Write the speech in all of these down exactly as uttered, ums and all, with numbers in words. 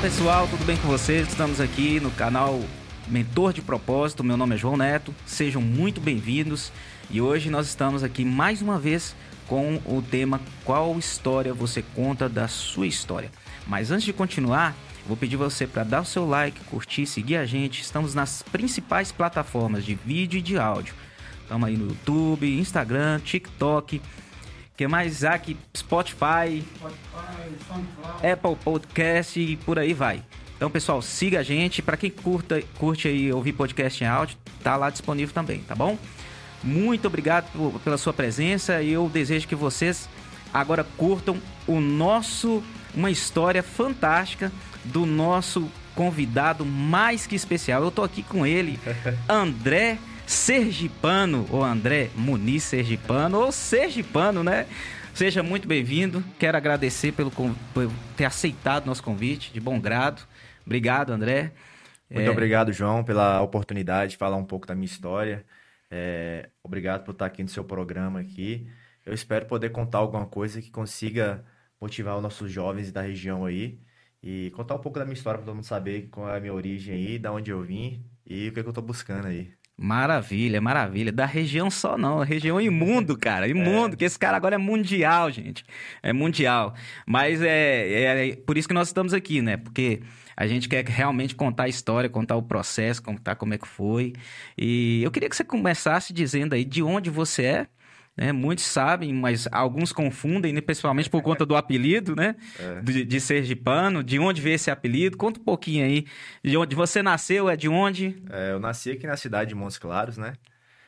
pessoal, tudo bem com vocês? Estamos aqui no canal Mentor de Propósito, meu nome é João Neto, sejam muito bem-vindos e hoje nós estamos aqui mais uma vez com o tema Qual história você conta da sua história? Mas antes de continuar, vou pedir você para dar o seu like, curtir, seguir a gente, estamos nas principais plataformas de vídeo e de áudio, estamos aí no YouTube, Instagram, TikTok, que mais aqui, Spotify, Spotify, Apple Podcast e por aí vai. Então, pessoal, siga a gente. Para quem curta, curte aí ouvir podcast em áudio, tá lá disponível também, tá bom? Muito obrigado por, pela sua presença e eu desejo que vocês agora curtam o nosso, uma história fantástica do nosso convidado mais que especial. Eu tô aqui com ele, André Sergipano, ou André Muniz Sergipano, ou Sergipano, né? Seja muito bem-vindo. Quero agradecer pelo, por ter aceitado nosso convite, de bom grado. Obrigado, André. Muito é... obrigado, João, pela oportunidade de falar um pouco da minha história. É... Obrigado por estar aqui no seu programa aqui. Eu espero poder contar alguma coisa que consiga motivar os nossos jovens da região aí e contar um pouco da minha história para todo mundo saber qual é a minha origem aí, da onde eu vim e o que, é que eu tô buscando aí. Maravilha, maravilha. Da região só não, região imundo, cara, imundo, é. Que esse cara agora é mundial, gente, é mundial. Mas é, é, é por isso que nós estamos aqui, né, porque a gente quer realmente contar a história, contar o processo, contar como é que foi. E eu queria que você começasse dizendo aí de onde você é, né? Muitos sabem, mas alguns confundem, né? Principalmente por conta do apelido, né? É. De, de Sergipano, de onde veio esse apelido? Conta um pouquinho aí, de onde você nasceu, é de onde? É, eu nasci aqui na cidade de Montes Claros, né?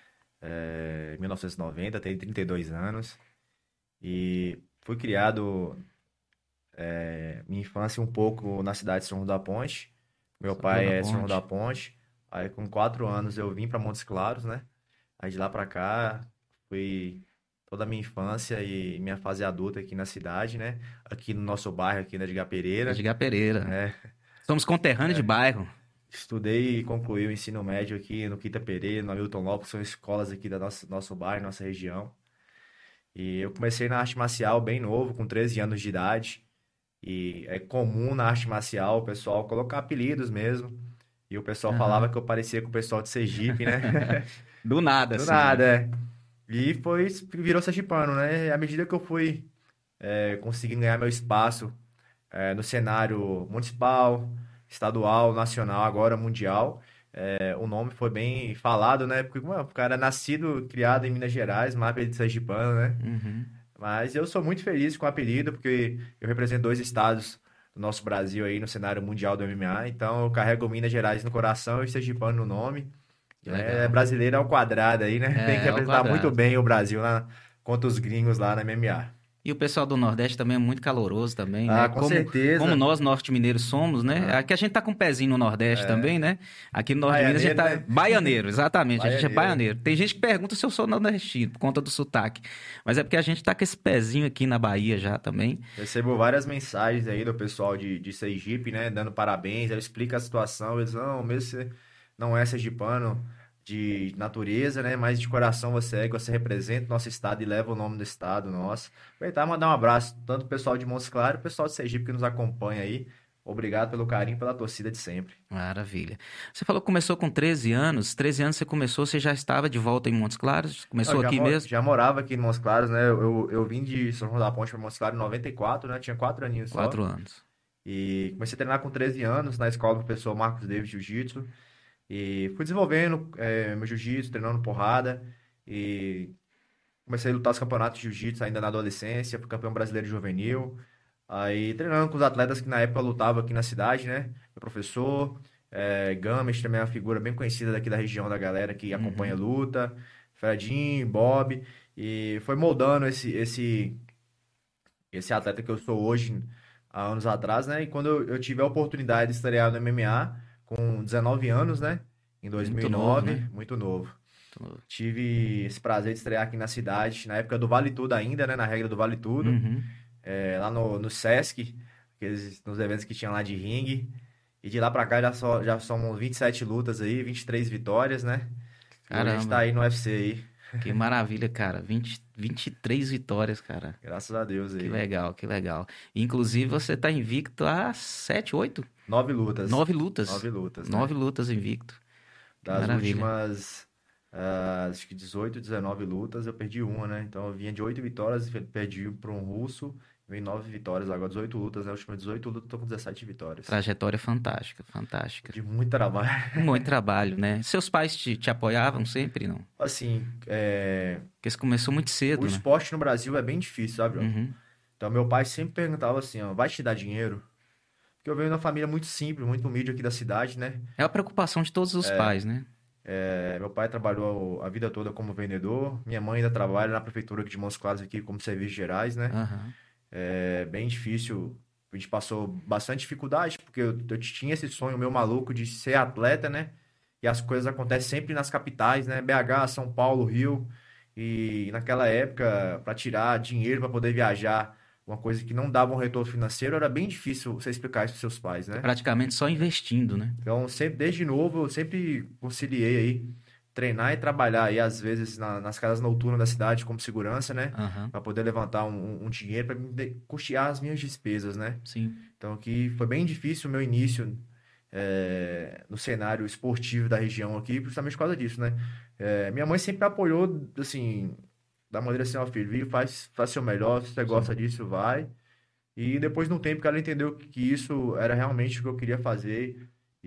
É, em mil novecentos e noventa, tenho trinta e dois anos. E fui criado, é, minha infância um pouco na cidade de São João da Ponte. Meu São pai é São João da Ponte. Aí com quatro anos eu vim para Montes Claros, né? Aí de lá para cá... Fui toda a minha infância e minha fase adulta aqui na cidade, né? Aqui no nosso bairro, aqui na Edgar Pereira. Edgar Pereira. É. Somos conterrâneos é. de bairro. Estudei e concluí o ensino médio aqui no Quinta Pereira, no Hamilton Lopes, que são escolas aqui do nosso, nosso bairro, nossa região. E eu comecei na arte marcial bem novo, com treze anos de idade. E é comum na arte marcial o pessoal colocar apelidos mesmo. E o pessoal uhum. falava que eu parecia com o pessoal de Sergipe, né? Do nada, Do assim. Do nada, é. E foi, virou sergipano, né? À medida que eu fui é, conseguindo ganhar meu espaço é, no cenário municipal, estadual, nacional, agora mundial, é, o nome foi bem falado, né? Porque mano, o cara é nascido, criado em Minas Gerais, mapa de sergipano, né? Uhum. Mas eu sou muito feliz com o apelido, porque eu represento dois estados do nosso Brasil aí no cenário mundial do M M A, então eu carrego Minas Gerais no coração e sergipano no nome. É, brasileiro ao quadrado aí, né? É, tem que representar muito bem o Brasil lá, contra os gringos lá na M M A. E o pessoal do Nordeste também é muito caloroso também, ah, né? Com como, certeza. Como nós, norte-mineiros, somos, né? Ah. Aqui a gente tá com um pezinho no Nordeste é. também, né? Aqui no Norte de Minas a gente tá... Né? Baianeiro, exatamente. Baianeiro. A gente é baianeiro. Tem gente que pergunta se eu sou nordestino, por conta do sotaque. Mas é porque a gente tá com esse pezinho aqui na Bahia já também. Recebo várias mensagens aí do pessoal de, de Sergipe, né? Dando parabéns. Eu explico a situação. Eles, não, mesmo se não é sergipano... de natureza, né? Mas de coração você é, que você representa o nosso estado e leva o nome do estado nosso. Aproveitar e mandar um abraço tanto o pessoal de Montes Claros, o pessoal de Sergipe que nos acompanha aí. Obrigado pelo carinho, pela torcida de sempre. Maravilha. Você falou que começou com treze anos. treze anos você começou, você já estava de volta em Montes Claros? Começou aqui mesmo? Já morava aqui em Montes Claros, né? Eu, eu, eu vim de São João da Ponte para Montes Claros em noventa e quatro, né? Tinha quatro aninhos só. Quatro anos. E comecei a treinar com treze anos na escola do professor Marcos David Jiu-Jitsu. E fui desenvolvendo é, meu jiu-jitsu, treinando porrada. E comecei a lutar os campeonatos de jiu-jitsu ainda na adolescência. Fui campeão brasileiro juvenil. Aí treinando com os atletas que na época lutavam aqui na cidade, né? Meu professor, é, Games, também é uma figura bem conhecida daqui da região da galera que uhum. acompanha a luta. Fredinho, Bob. E foi moldando esse, esse, esse atleta que eu sou hoje, há anos atrás, né? E quando eu, eu tive a oportunidade de estrear no M M A... com dezenove anos, né? Em dois mil e nove, muito novo, né? Muito novo. Muito novo. Tive esse prazer de estrear aqui na cidade, na época do Vale Tudo ainda, né? Na regra do Vale Tudo. Uhum. É, lá no, no Sesc, aqueles, nos eventos que tinha lá de ringue. E de lá pra cá já, só, já somos vinte e sete lutas aí, vinte e três vitórias, né? E a gente tá aí no U F C aí. Que maravilha, cara. vinte, vinte e três vitórias, cara. Graças a Deus Que aí. legal, que legal. Inclusive, você tá invicto há sete, oito? Nove lutas. Nove lutas. Nove lutas, né? Nove lutas invicto. Que Das maravilha. últimas, ah, acho que dezoito, dezenove lutas, eu perdi uma, né? Então eu vinha de oito vitórias e perdi para um russo. Vem nove vitórias, agora dezoito lutas, né? As últimas dezoito lutas, eu tô com dezessete vitórias. Trajetória fantástica, fantástica. De muito trabalho. Muito trabalho, né? Seus pais te, te apoiavam sempre, não? Assim, é, Porque você começou muito o cedo, né? esporte no Brasil é bem difícil, sabe, João? Uhum. Então meu pai sempre perguntava assim, ó, vai te dar dinheiro? Porque eu venho de uma família muito simples, muito humilde aqui da cidade, né? É a preocupação de todos os pais, né? É, meu pai trabalhou a vida toda como vendedor, minha mãe ainda trabalha na prefeitura aqui de Montes Claros aqui como serviços gerais, né? Aham. É bem difícil, a gente passou bastante dificuldade, porque eu, eu tinha esse sonho meu maluco de ser atleta, né? E as coisas acontecem sempre nas capitais, né? B H, São Paulo, Rio. E naquela época, para tirar dinheiro para poder viajar, uma coisa que não dava um retorno financeiro, era bem difícil você explicar isso para seus pais, né? Praticamente só investindo, né? Então, sempre, desde novo, eu sempre conciliei aí treinar e trabalhar aí, às vezes, na- nas casas noturnas da cidade como segurança, né? Aham. Para poder levantar um, um dinheiro para custear as minhas despesas, né? Sim. Então, que foi bem difícil o meu início é, no cenário esportivo da região aqui, justamente por causa disso, né? É, minha mãe sempre me apoiou, assim, da maneira assim, ó, filho, vive, faz, faz seu melhor, se você gosta Sim. disso, vai. E depois de um tempo que ela entendeu que isso era realmente o que eu queria fazer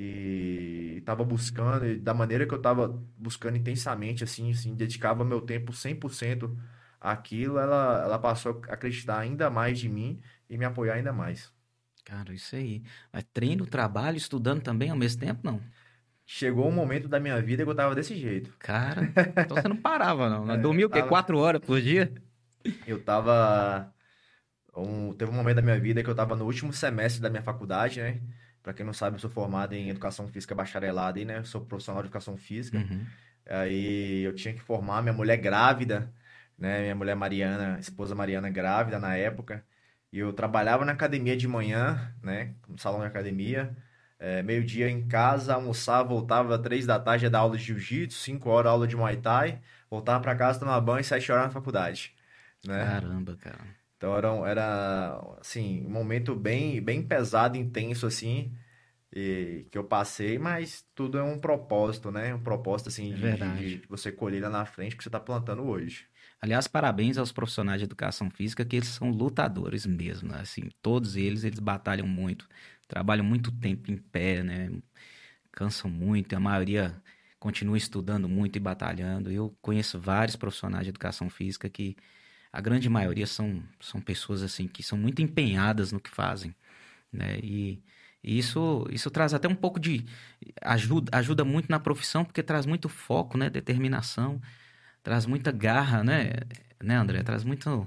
e estava buscando, e da maneira que eu estava buscando intensamente, assim, assim, dedicava meu tempo cem por cento àquilo, ela, ela passou a acreditar ainda mais de mim e me apoiar ainda mais. Cara, isso aí. Mas treino, trabalho, estudando também ao mesmo tempo, não? Chegou um momento da minha vida que eu tava desse jeito. Cara, então você não parava, não. Não dormia o quê? Tava, Quatro horas por dia? eu tava. Um, teve um momento da minha vida que eu tava no último semestre da minha faculdade, né? Pra quem não sabe, eu sou formado em educação física bacharelada, aí, né? Eu sou profissional de educação física. Uhum. Aí eu tinha que formar minha mulher grávida, né? Minha mulher Mariana, esposa Mariana grávida na época. E eu trabalhava na academia de manhã, né? No salão de academia. É, meio-dia em casa, almoçava, voltava três da tarde, ia dar aula de jiu-jitsu, cinco horas aula de Muay Thai, voltava pra casa, tomar banho e sete horas na faculdade, né? Caramba, cara. Então era, um- era assim, um momento bem, bem pesado, intenso, assim, e, que eu passei, mas tudo é um propósito, né? Um propósito, assim, É de, de, verdade. de você colher lá na frente o que você tá plantando hoje. Aliás, parabéns aos profissionais de educação física, que eles são lutadores mesmo, né? Assim, todos eles, eles batalham muito, trabalham muito tempo em pé, né? Cansam muito, e a maioria continua estudando muito e batalhando. Eu conheço vários profissionais de educação física que a grande maioria são, são pessoas assim que são muito empenhadas no que fazem, né? E, e isso, isso traz até um pouco de ajuda, ajuda muito na profissão, porque traz muito foco, né? Determinação, traz muita garra, né? Né, André? Traz muito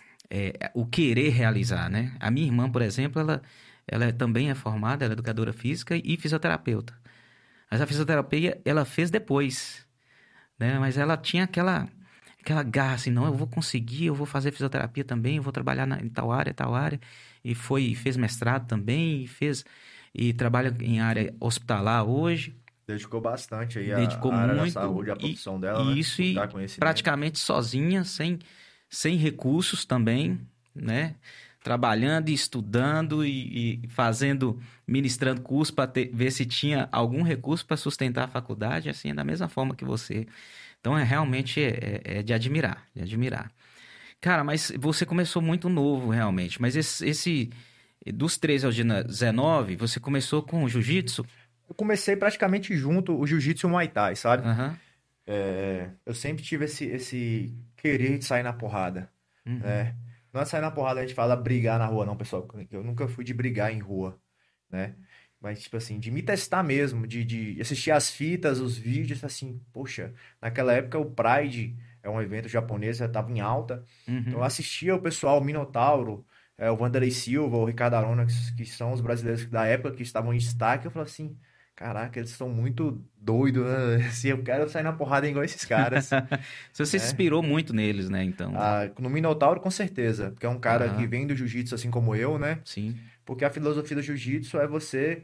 é, o querer realizar, né? A minha irmã, por exemplo, ela, ela é- também é formada, ela é educadora física e fisioterapeuta. Mas a fisioterapia ela fez depois, né? Mas ela tinha aquela aquela garra assim, não, eu vou conseguir, eu vou fazer fisioterapia também, eu vou trabalhar na, em tal área, tal área. E foi, fez mestrado também, e fez e trabalha em área hospitalar hoje. Dedicou bastante aí a, Dedicou a área da muito saúde, a e, profissão dela, e né? isso e Buscar conhecimento. praticamente sozinha, sem, sem recursos também, né? Trabalhando e estudando e, e fazendo, ministrando curso para ver se tinha algum recurso para sustentar a faculdade, assim, da mesma forma que você. Então, é realmente é, é- é de admirar, de admirar. Cara, mas você começou muito novo, realmente. Mas esse, esse dos treze aos dezenove, você começou com o jiu-jitsu? Eu comecei praticamente junto o jiu-jitsu e o Muay Thai, sabe? Aham. É, eu sempre tive esse, esse querer de sair na porrada, Uhum. né? Não é sair na porrada, a gente fala brigar na rua, não, pessoal. Eu nunca fui de brigar em rua, né? Mas, tipo assim, de me testar mesmo, de, de assistir as fitas, os vídeos, assim, poxa, naquela época o Pride é um evento japonês, já tava em alta. Então eu Uhum. assistia o pessoal, o Minotauro, é, o Wanderlei Silva, o Ricardo Arona, que, que são os brasileiros da época que estavam em destaque. Eu falei assim, caraca, eles são muito doidos, né? Assim, eu quero sair na porrada igual esses caras, Você se né? inspirou muito neles, né? Então. Ah, no Minotauro, com certeza, porque é um cara que Aham. vem do jiu-jitsu assim como eu, né? Sim. Porque a filosofia do jiu-jitsu é você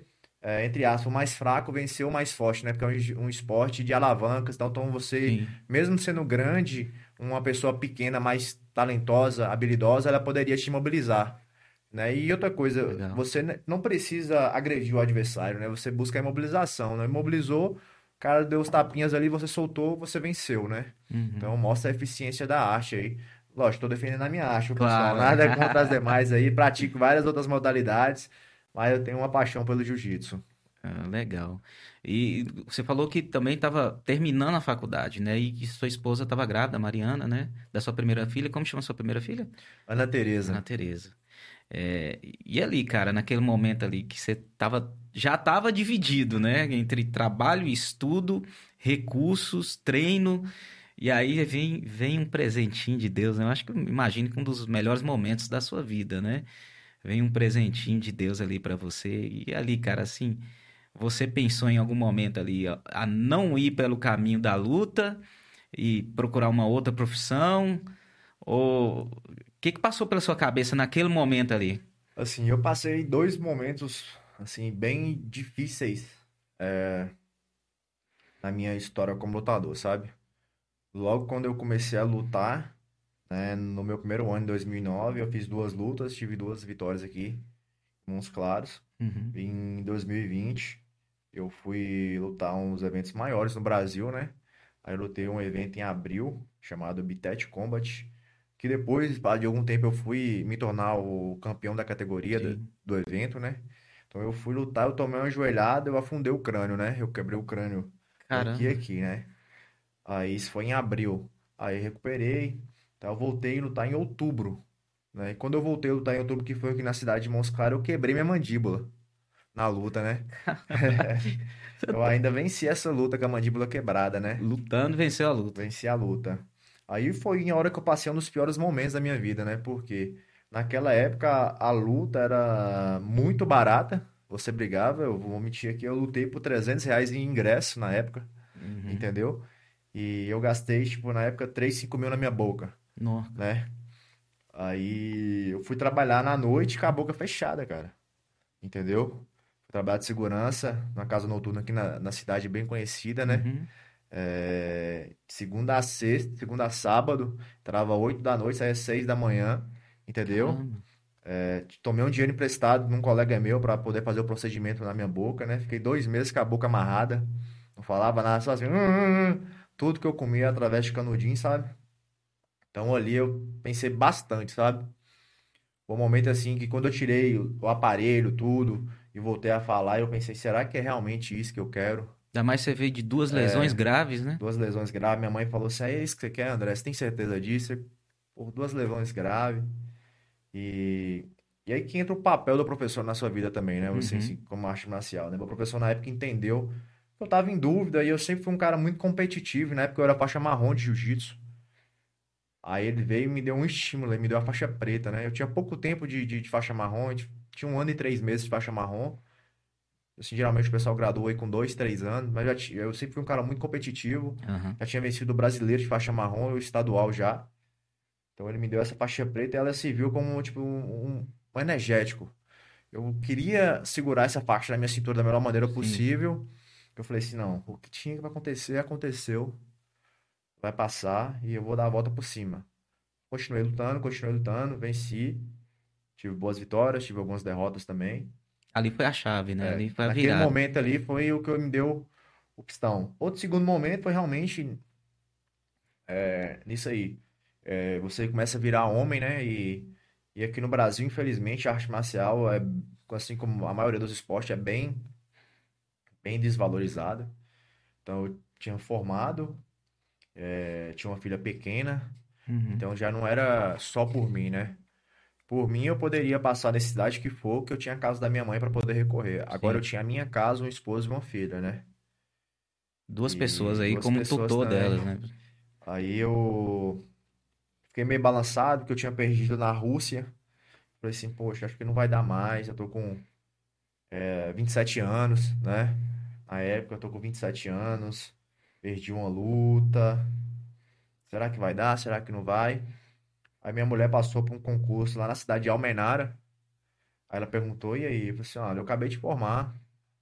é, entre aspas, o mais fraco venceu o mais forte, né? Porque é um, um esporte de alavancas, então, então você, Sim, mesmo sendo grande, uma pessoa pequena, mais talentosa, habilidosa, ela poderia te imobilizar, né? E outra coisa, legal. você ne- não precisa agredir o adversário, né? Você busca a imobilização, né? Imobilizou, o cara deu os tapinhas ali, você soltou, você venceu, né? Então Uhum. mostra a eficiência da arte aí. Lógico, estou defendendo a minha arte, viu, pessoal. Claro, é. Nada contra as demais aí, pratico várias outras modalidades, mas eu tenho uma paixão pelo jiu-jitsu. Ah, legal. E você falou que também estava terminando a faculdade, né? E que sua esposa estava grávida, a Mariana, né? Da sua primeira filha. Como chama sua primeira filha? Ana Ana Tereza. Tereza. É, e ali, cara, naquele momento ali que você tava, já estava dividido, né? Entre trabalho e estudo, recursos, treino. E aí vem, vem um presentinho de Deus, né? Eu acho que eu imagino que um dos melhores momentos da sua vida, né? Vem um presentinho de Deus ali pra você. E ali, cara, assim, você pensou em algum momento ali ó, a não ir pelo caminho da luta e procurar uma outra profissão? Ou o que que passou pela sua cabeça naquele momento ali? Assim, eu passei dois momentos, assim, bem difíceis na minha história como lutador, sabe? Logo quando eu comecei a lutar, né, no meu primeiro ano, em dois mil e nove, eu fiz duas lutas, tive duas vitórias aqui, Montes Claros. Uhum, Em dois mil e vinte, eu fui lutar uns eventos maiores no Brasil, né? Aí eu lutei um evento em abril, chamado Bitet Combat, que depois, depois de algum tempo, eu fui me tornar o campeão da categoria do, sim. do evento, né? Então eu fui lutar, eu tomei uma joelhada, eu afundei o crânio, né? Eu quebrei o crânio aqui e Caramba. aqui, né? Aí isso foi em abril. Aí recuperei, tá? Eu voltei a lutar em outubro, né? E quando eu voltei a lutar em outubro, que foi aqui na cidade de Montes Claros, eu quebrei minha mandíbula na luta, né? Eu ainda venci essa luta com a mandíbula quebrada, né? Lutando, venceu a luta. Venci a luta. Aí foi em hora que eu passei um dos piores momentos da minha vida, né? Porque naquela época a luta era muito barata. Você brigava, eu vou mentir aqui, eu lutei por trezentos reais em ingresso na época, Uhum. entendeu? E eu gastei, tipo, na época, três cinco mil na minha boca, Nó. né? Aí eu fui trabalhar na noite com a boca fechada, cara. Entendeu? Fui trabalhar de segurança na casa noturna aqui na, na cidade bem conhecida, né? Uhum. É, segunda a sexta, segunda a sábado, entrava oito da noite, saía seis da manhã, entendeu? Caramba. É, tomei um dinheiro emprestado num colega meu para poder fazer o procedimento na minha boca, né? Fiquei dois meses com a boca amarrada, não falava nada, só assim, "Hum, hum, hum". Tudo que eu comia através de canudinho, sabe? Então ali eu pensei bastante, sabe? Foi um momento assim que quando eu tirei o o aparelho, tudo, e voltei a falar, eu pensei, será que é realmente isso que eu quero? Ainda mais você veio de duas lesões graves, né? Duas lesões graves. Minha mãe falou assim: é isso que você quer, André? Você tem certeza disso? Eu, Por duas lesões graves. E, e aí que entra o papel do professor na sua vida também, né? Você, assim, Uhum. como arte marcial, né? Meu professor na época entendeu que eu tava em dúvida e eu sempre fui um cara muito competitivo. E na época eu era faixa marrom de jiu-jitsu. Aí ele veio e me deu um estímulo, ele me deu a faixa preta, né? Eu tinha pouco tempo de, de, de faixa marrom, eu tinha um ano e três meses de faixa marrom. Assim, geralmente o pessoal gradua aí com dois, três anos, mas já ti- eu sempre fui um cara muito competitivo. Aham. Já tinha vencido o brasileiro de faixa marrom e o estadual já. Então ele me deu essa faixa preta e ela se viu como tipo um, um- um energético. Eu queria segurar essa faixa na minha cintura da melhor maneira Sim. possível. Eu falei assim, não, o que tinha que acontecer, aconteceu. Vai passar e eu vou dar a volta por cima. Continuei lutando, continuei lutando, venci. Tive boas vitórias, tive algumas derrotas também. Ali foi a chave, né? É, Ali foi a naquele virada. momento ali foi o que me deu o pistão. Outro segundo momento foi realmente é, nisso aí. É, você começa a virar homem, né? E, e aqui no Brasil, infelizmente, a arte marcial, é, assim como a maioria dos esportes, é bem, bem desvalorizada. Então, eu tinha formado, é, tinha uma filha pequena, Uhum. então já não era só por mim, né? Por mim, eu poderia passar a necessidade que for, que eu tinha a casa da minha mãe para poder recorrer. Agora, eu Sim. tinha a minha casa, um esposo e uma filha, né? Duas pessoas E aí duas como pessoas tutor também. delas, né? Aí eu fiquei meio balançado, porque eu tinha perdido na Rússia. Falei assim, poxa, acho que não vai dar mais. Eu tô com é, vinte e sete anos, né? Na época eu tô com vinte e sete anos. Perdi uma luta. Será que vai dar? Será que não vai? Aí minha mulher passou por um concurso lá na cidade de Almenara. Aí ela perguntou, e aí? Eu falei assim, olha, eu acabei de formar.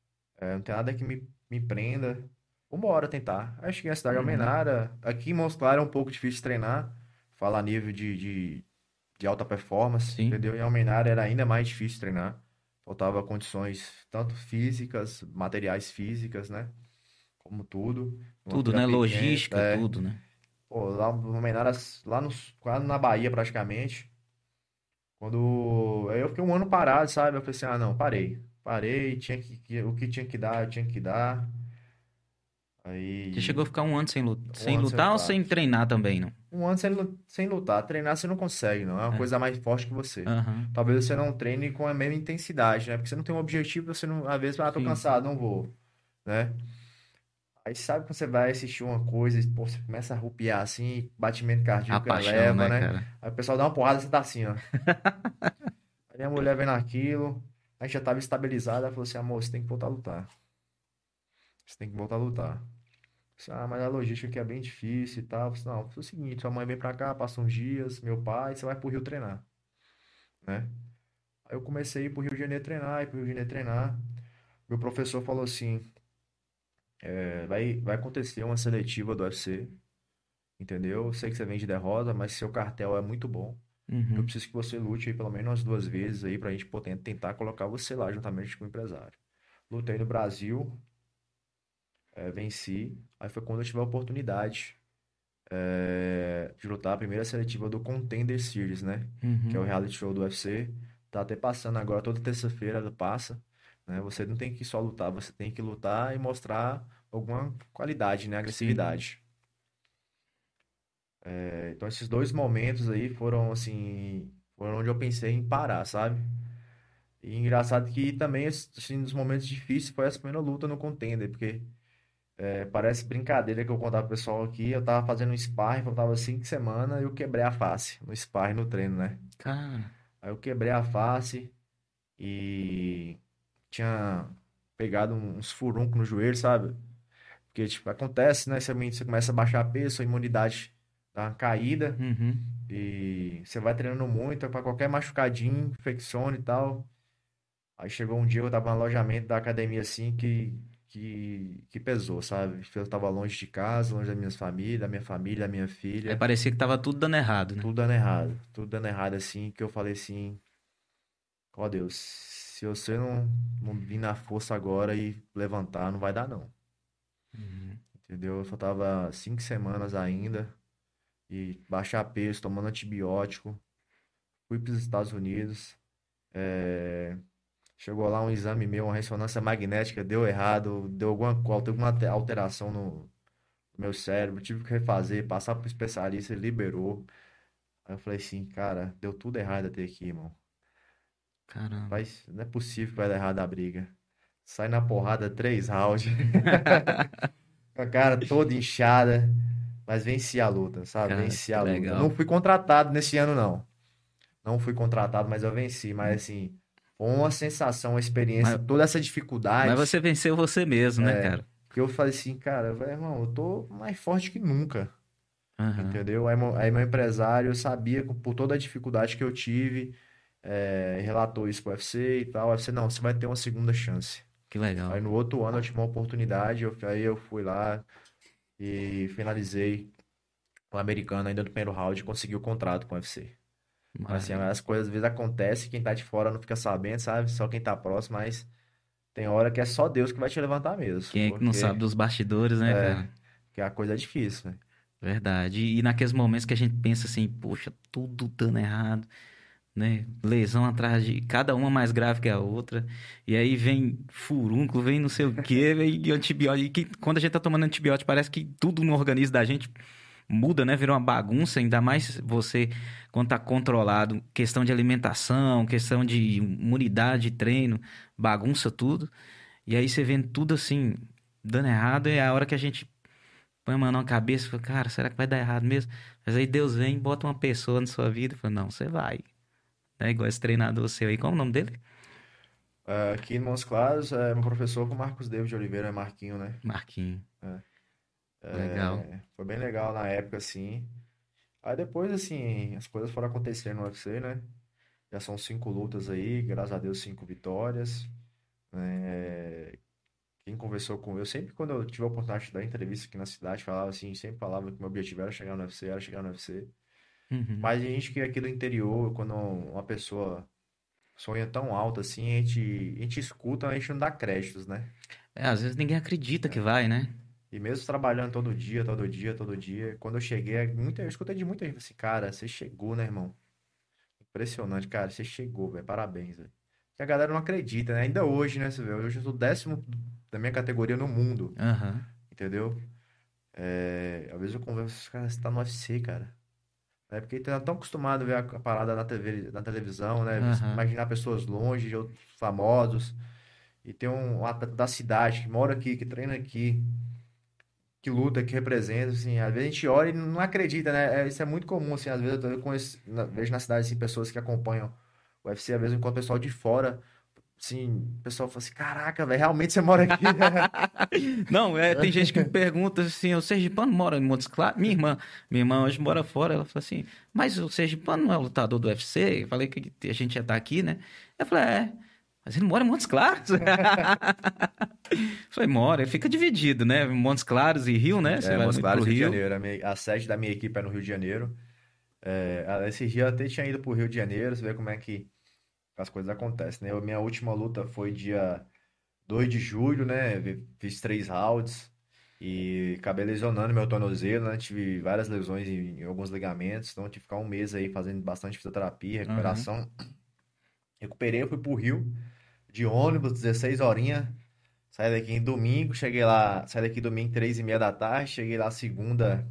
É, não tem nada que me, me prenda. Vambora tentar. Aí eu cheguei na cidade de Uhum. Almenara. Aqui em Montes Claros é um pouco difícil de treinar. Falar a nível de, de, de alta performance, Sim. entendeu? Em Almenara era ainda mais difícil de treinar. Faltava condições tanto físicas, materiais físicas, né? Como tudo. Uma Tudo, filha né? pequena, Logística, é. tudo, né? Pô, lá em Almenara, lá no, quase na Bahia praticamente. Quando. Aí eu fiquei um ano parado, sabe? Eu falei assim, ah, não, parei. Parei, tinha que, que- o que tinha que dar, eu tinha que dar. Você chegou a Aí, ficar um ano sem, lu- um sem ano sem lutar ou lutar. sem treinar também, não? Um ano sem, lu- sem lutar. Treinar você não consegue, não. É uma É. coisa mais forte que você. Aham. Talvez você não treine com a mesma intensidade, né? Porque você não tem um objetivo, você não. Às vezes, ah, tô Sim. cansado, não vou, né? Aí sabe quando você vai assistir uma coisa e pô, você começa a arrupiar assim, batimento A cardíaco paixão, eleva, né, né? cara? Aí o pessoal dá uma porrada e você tá assim, ó. Aí minha mulher vendo aquilo, a gente já tava estabilizada, ela falou assim, amor, você tem que voltar a lutar. Você tem que voltar a lutar. Disse, ah, mas a logística aqui é bem difícil e tal. Eu disse, não, foi o seguinte, sua mãe vem pra cá, passa uns dias, meu pai, você vai pro Rio treinar, né? Aí eu comecei a ir pro Rio de Janeiro treinar, ir pro Rio de Janeiro treinar. Meu professor falou assim, é, vai, vai acontecer uma seletiva do U F C, entendeu? Eu sei que você vem de derrota, mas seu cartel é muito bom. Eu Uhum. preciso que você lute aí pelo menos umas duas vezes aí pra gente poder tentar colocar você lá juntamente com o empresário. Lutei no Brasil, é, venci. Aí foi quando eu tive a oportunidade é, de lutar a primeira seletiva do Contender Series, né? Que é o Uhum. reality show do U F C. Tá até passando agora, toda terça-feira passa, né? Você não tem que só lutar, você tem que lutar e mostrar alguma qualidade, né? Sim. Agressividade. É, então esses dois momentos aí foram assim, foram onde eu pensei em parar, sabe? E engraçado que também, assim, nos momentos difíceis foi essa primeira luta no Contender, porque é, parece brincadeira que eu contava pro pessoal aqui, eu tava fazendo um sparring, faltava cinco semanas e eu quebrei a face no sparring, no treino, né? Cara. Aí eu quebrei a face e tinha pegado uns furuncos no joelho, sabe? Porque, tipo, acontece, né? Você, você começa a baixar peso, sua imunidade dá uma caída Uhum. e você vai treinando muito, para qualquer machucadinho, infecciona e tal. Aí chegou um dia eu tava no alojamento da academia assim que, que, que pesou, sabe? Eu tava longe de casa, longe da minha família, da minha família, da minha Aí filha, parecia que tava tudo dando errado, né? tudo dando errado, tudo dando errado assim, que eu falei assim, ó Deus, se você não, não vir na força agora e levantar, não vai dar não, Uhum. entendeu? Eu faltava cinco semanas ainda e baixar peso, tomando antibiótico, fui para os Estados Unidos, é, chegou lá um exame meu, uma ressonância magnética, deu errado, deu alguma, teve alguma alte- alteração no meu cérebro, tive que refazer, passar pro especialista, ele liberou. Aí eu falei assim, cara, deu tudo errado até aqui, irmão. Caramba. Mas não é possível que vai dar errado a briga. Sai na porrada três rounds, com a cara toda inchada, mas venci a luta, sabe? Cara, Venci que a luta. Não legal. fui contratado nesse ano, não. Não fui contratado, mas eu venci. Mas assim, foi uma sensação, uma experiência, Mas, toda essa mas dificuldade. você venceu você mesmo, né, cara? Que eu falei assim, cara, vai, irmão, eu tô mais forte que nunca, Aham. entendeu? Aí, meu- aí meu empresário sabia que por toda a dificuldade que eu tive, é, relatou isso pro U F C e tal. O U F C, não, você vai ter uma segunda chance. Que Aí legal. no outro ano eu tive uma oportunidade, eu, aí eu fui lá e finalizei o americano ainda do primeiro round e consegui o contrato com o U F C. Mas assim, Maravilha. as coisas às vezes acontecem, quem tá de fora não fica sabendo, sabe? Só quem tá próximo, mas tem hora que é só Deus que vai te levantar mesmo, Quem é que não porque sabe dos bastidores, né, cara? que a coisa é difícil, né? Verdade. E naqueles momentos que a gente pensa assim, poxa, tudo dando errado, né? Lesão atrás de cada uma mais grave que a outra. E aí vem furúnculo, vem não sei o quê, vem antibiótico. E que, quando a gente tá tomando antibiótico, parece que tudo no organismo da gente muda, né? Vira uma bagunça, ainda mais você quando tá controlado. Questão de alimentação, questão de imunidade, treino, bagunça tudo. E aí você vendo tudo assim, dando errado, é a hora que a gente põe a mão na cabeça e fala, cara, será que vai dar errado mesmo? Mas aí Deus vem, bota uma pessoa na sua vida e fala, não, você vai. É igual esse treinador seu aí. Qual é o nome dele? É, aqui em Montes Claros, é, meu professor com o Marcos David de Oliveira, é Marquinho, né? Marquinhos. É, Legal. é, foi bem legal na época, assim. Aí depois, assim, as coisas foram acontecendo no U F C, né? Já são cinco lutas aí, graças a Deus, cinco vitórias, né? Quem conversou com eu, sempre quando eu tive a oportunidade de dar entrevista aqui na cidade, falava assim, sempre falava que meu objetivo era chegar no U F C, era chegar no U F C. Uhum. Mas a gente que é aqui do interior, quando uma pessoa sonha tão alto assim, a gente, a gente escuta, a gente não dá créditos, né? É, às vezes ninguém acredita que vai, né? E mesmo trabalhando todo dia, todo dia, todo dia, quando eu cheguei, muita, eu escutei de muita gente assim, cara, você chegou, né, irmão? Impressionante, cara, você chegou, velho, parabéns, velho. E a galera não acredita, né? Ainda hoje, né, você vê, hoje eu sou o décimo da minha categoria no mundo, Aham. entendeu? É, às vezes eu converso, com os caras, você tá no U F C, cara. É porque tá tão acostumado a ver a a parada na T V, na televisão, né? Aham. Imaginar pessoas longe, de outros famosos, e tem um, um atleta da cidade que mora aqui, que treina aqui, que luta, que representa, assim, às vezes a gente olha e não acredita, né? É, isso é muito comum, assim, às vezes eu, tô- eu conheço, na- vejo na cidade, assim, pessoas que acompanham o U F C, às vezes enquanto o pessoal de fora, assim, o pessoal fala assim, caraca, velho, realmente você mora aqui? Não, é, tem gente que me pergunta assim, o sergipano mora em Montes Claros? Minha irmã, minha irmã hoje mora fora, ela fala assim, mas o sergipano não é lutador do U F C? Eu falei que a gente ia estar aqui, né? Eu falei, é, mas ele mora em Montes Claros. Eu falei, mora, ele fica dividido, né? Montes Claros e Rio, né? Você É, vai Montes muito pro Claros, Rio de Rio. Janeiro, a, minha- a sede da minha equipe é no Rio de Janeiro. É, a- esse dia eu até tinha ido pro Rio de Janeiro, você vê como é que as coisas acontecem, né? Eu- minha última luta foi dia dois de julho, né? Vi- Fiz três rounds e acabei lesionando meu tornozelo, né? Tive várias lesões em, em alguns ligamentos, então tive que ficar um mês aí fazendo bastante fisioterapia, Aham. recuperação. Recuperei, fui pro Rio de ônibus, dezesseis horinhas. Saí daqui em domingo, cheguei lá, saí daqui domingo, três e meia da tarde, cheguei lá segunda,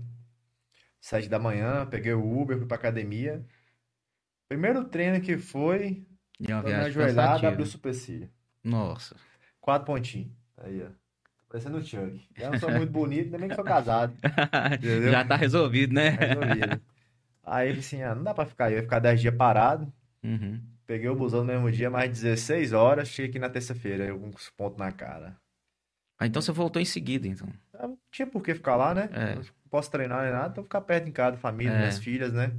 sete da manhã, peguei o Uber, fui pra academia. Primeiro treino que foi, E é uma dou minha viagem joelhada, abri o cansativa. supercílio. Nossa. Quatro pontinhos. Aí, ó. Parecendo o Chuck. Já não sou muito bonito, ainda bem que sou casado. Entendeu? Já tá resolvido, né? Tá resolvido. Aí, eu falei assim, ah, não dá pra ficar aí. Eu ia ficar dez dias parado. Uhum. Peguei o busão no mesmo dia, mais dezesseis horas. Cheguei aqui na terça-feira, eu com os pontos na cara. Ah, então você voltou em seguida, então. Ah, não tinha por que ficar lá, né? É, Não posso treinar nem nada, então vou ficar perto em casa, família, minhas é, filhas, né?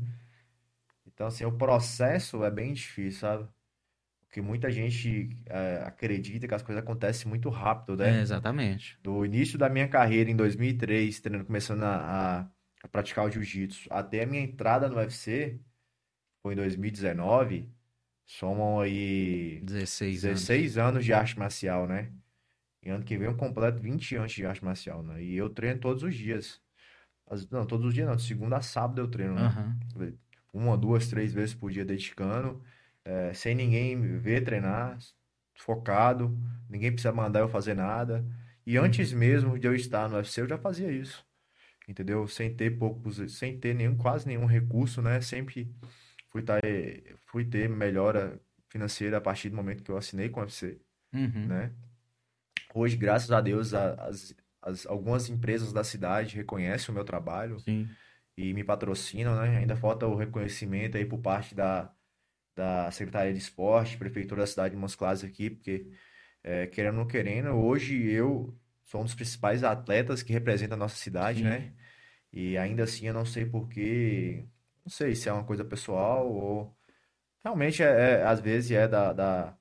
Então, assim, o processo é bem difícil, sabe? Porque muita gente é, acredita que as coisas acontecem muito rápido, é, né? exatamente. Do início da minha carreira em dois mil e três, treinando, começando a, a- a praticar o jiu-jitsu, até a minha entrada no U F C, foi em dois mil e dezenove, somam aí Dezesseis anos. dezesseis anos de arte marcial, né? E ano que vem eu completo vinte anos de arte marcial, né? E eu treino todos os dias. As- não, todos os dias não, de segunda a sábado eu treino, né? Aham. Uma, duas, três vezes por dia dedicando, é, sem ninguém me ver treinar, focado, ninguém precisa mandar eu fazer nada. E antes Uhum. mesmo de eu estar no U F C, eu já fazia isso, entendeu? Sem ter poucos, sem ter nenhum, quase nenhum recurso, né? Sempre fui, tá, eh, fui ter melhora financeira a partir do momento que eu assinei com o U F C, Uhum. né? Hoje, graças a Deus, a- as, as, algumas empresas da cidade reconhecem o meu trabalho Sim. e me patrocinam, né? Ainda falta o reconhecimento aí por parte da, da Secretaria de Esporte, Prefeitura da cidade de Montes Claros aqui, porque, é, querendo ou não querendo, hoje eu sou um dos principais atletas que representa a nossa cidade, Sim. né? E ainda assim eu não sei por quê, não sei se é uma coisa pessoal ou realmente é, é- às vezes é da, da,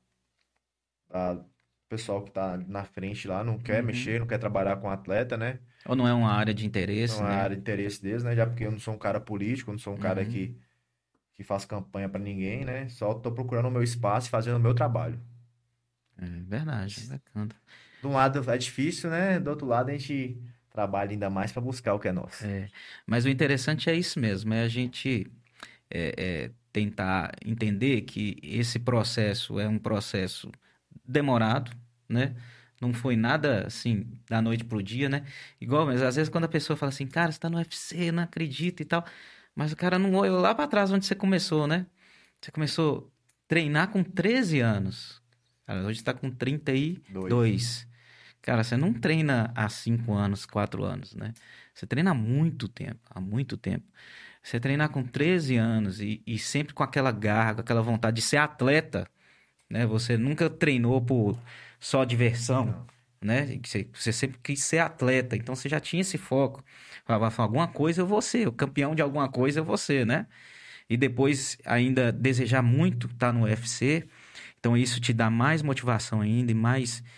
da pessoal que tá na frente lá, não quer Uhum. mexer, não quer trabalhar com atleta, né? Ou não é uma área de interesse, Não é né? área de interesse deles, né? Já porque eu não sou um cara político, eu não sou um cara Uhum. que, que faz campanha pra ninguém, né? Só tô procurando o meu espaço e fazendo o meu trabalho. É verdade, bacana. De um lado é difícil, né? Do outro lado a gente trabalha ainda mais para buscar o que é nosso. É, mas o interessante é isso mesmo, é a gente é, é, tentar entender que esse processo é um processo demorado, né? Não foi nada assim da noite pro dia, né? Igual, mas às vezes quando a pessoa fala assim, cara, você tá no U F C, eu não acredito e tal, mas o cara não olhou lá pra trás onde você começou, né? Você começou a treinar com treze anos. Cara, hoje tá com trinta e Dois. dois. Cara, você não treina há cinco anos, quatro anos, né? Você treina há muito tempo, há muito tempo. Você treinar com treze anos e, e sempre com aquela garra, com aquela vontade de ser atleta, né? Você nunca treinou por só diversão, Não. né? Você, você sempre quis ser atleta, então você já tinha esse foco. Falava, alguma coisa eu vou ser, o campeão de alguma coisa eu vou ser, né? E depois ainda desejar muito estar no U F C, então isso te dá mais motivação ainda e mais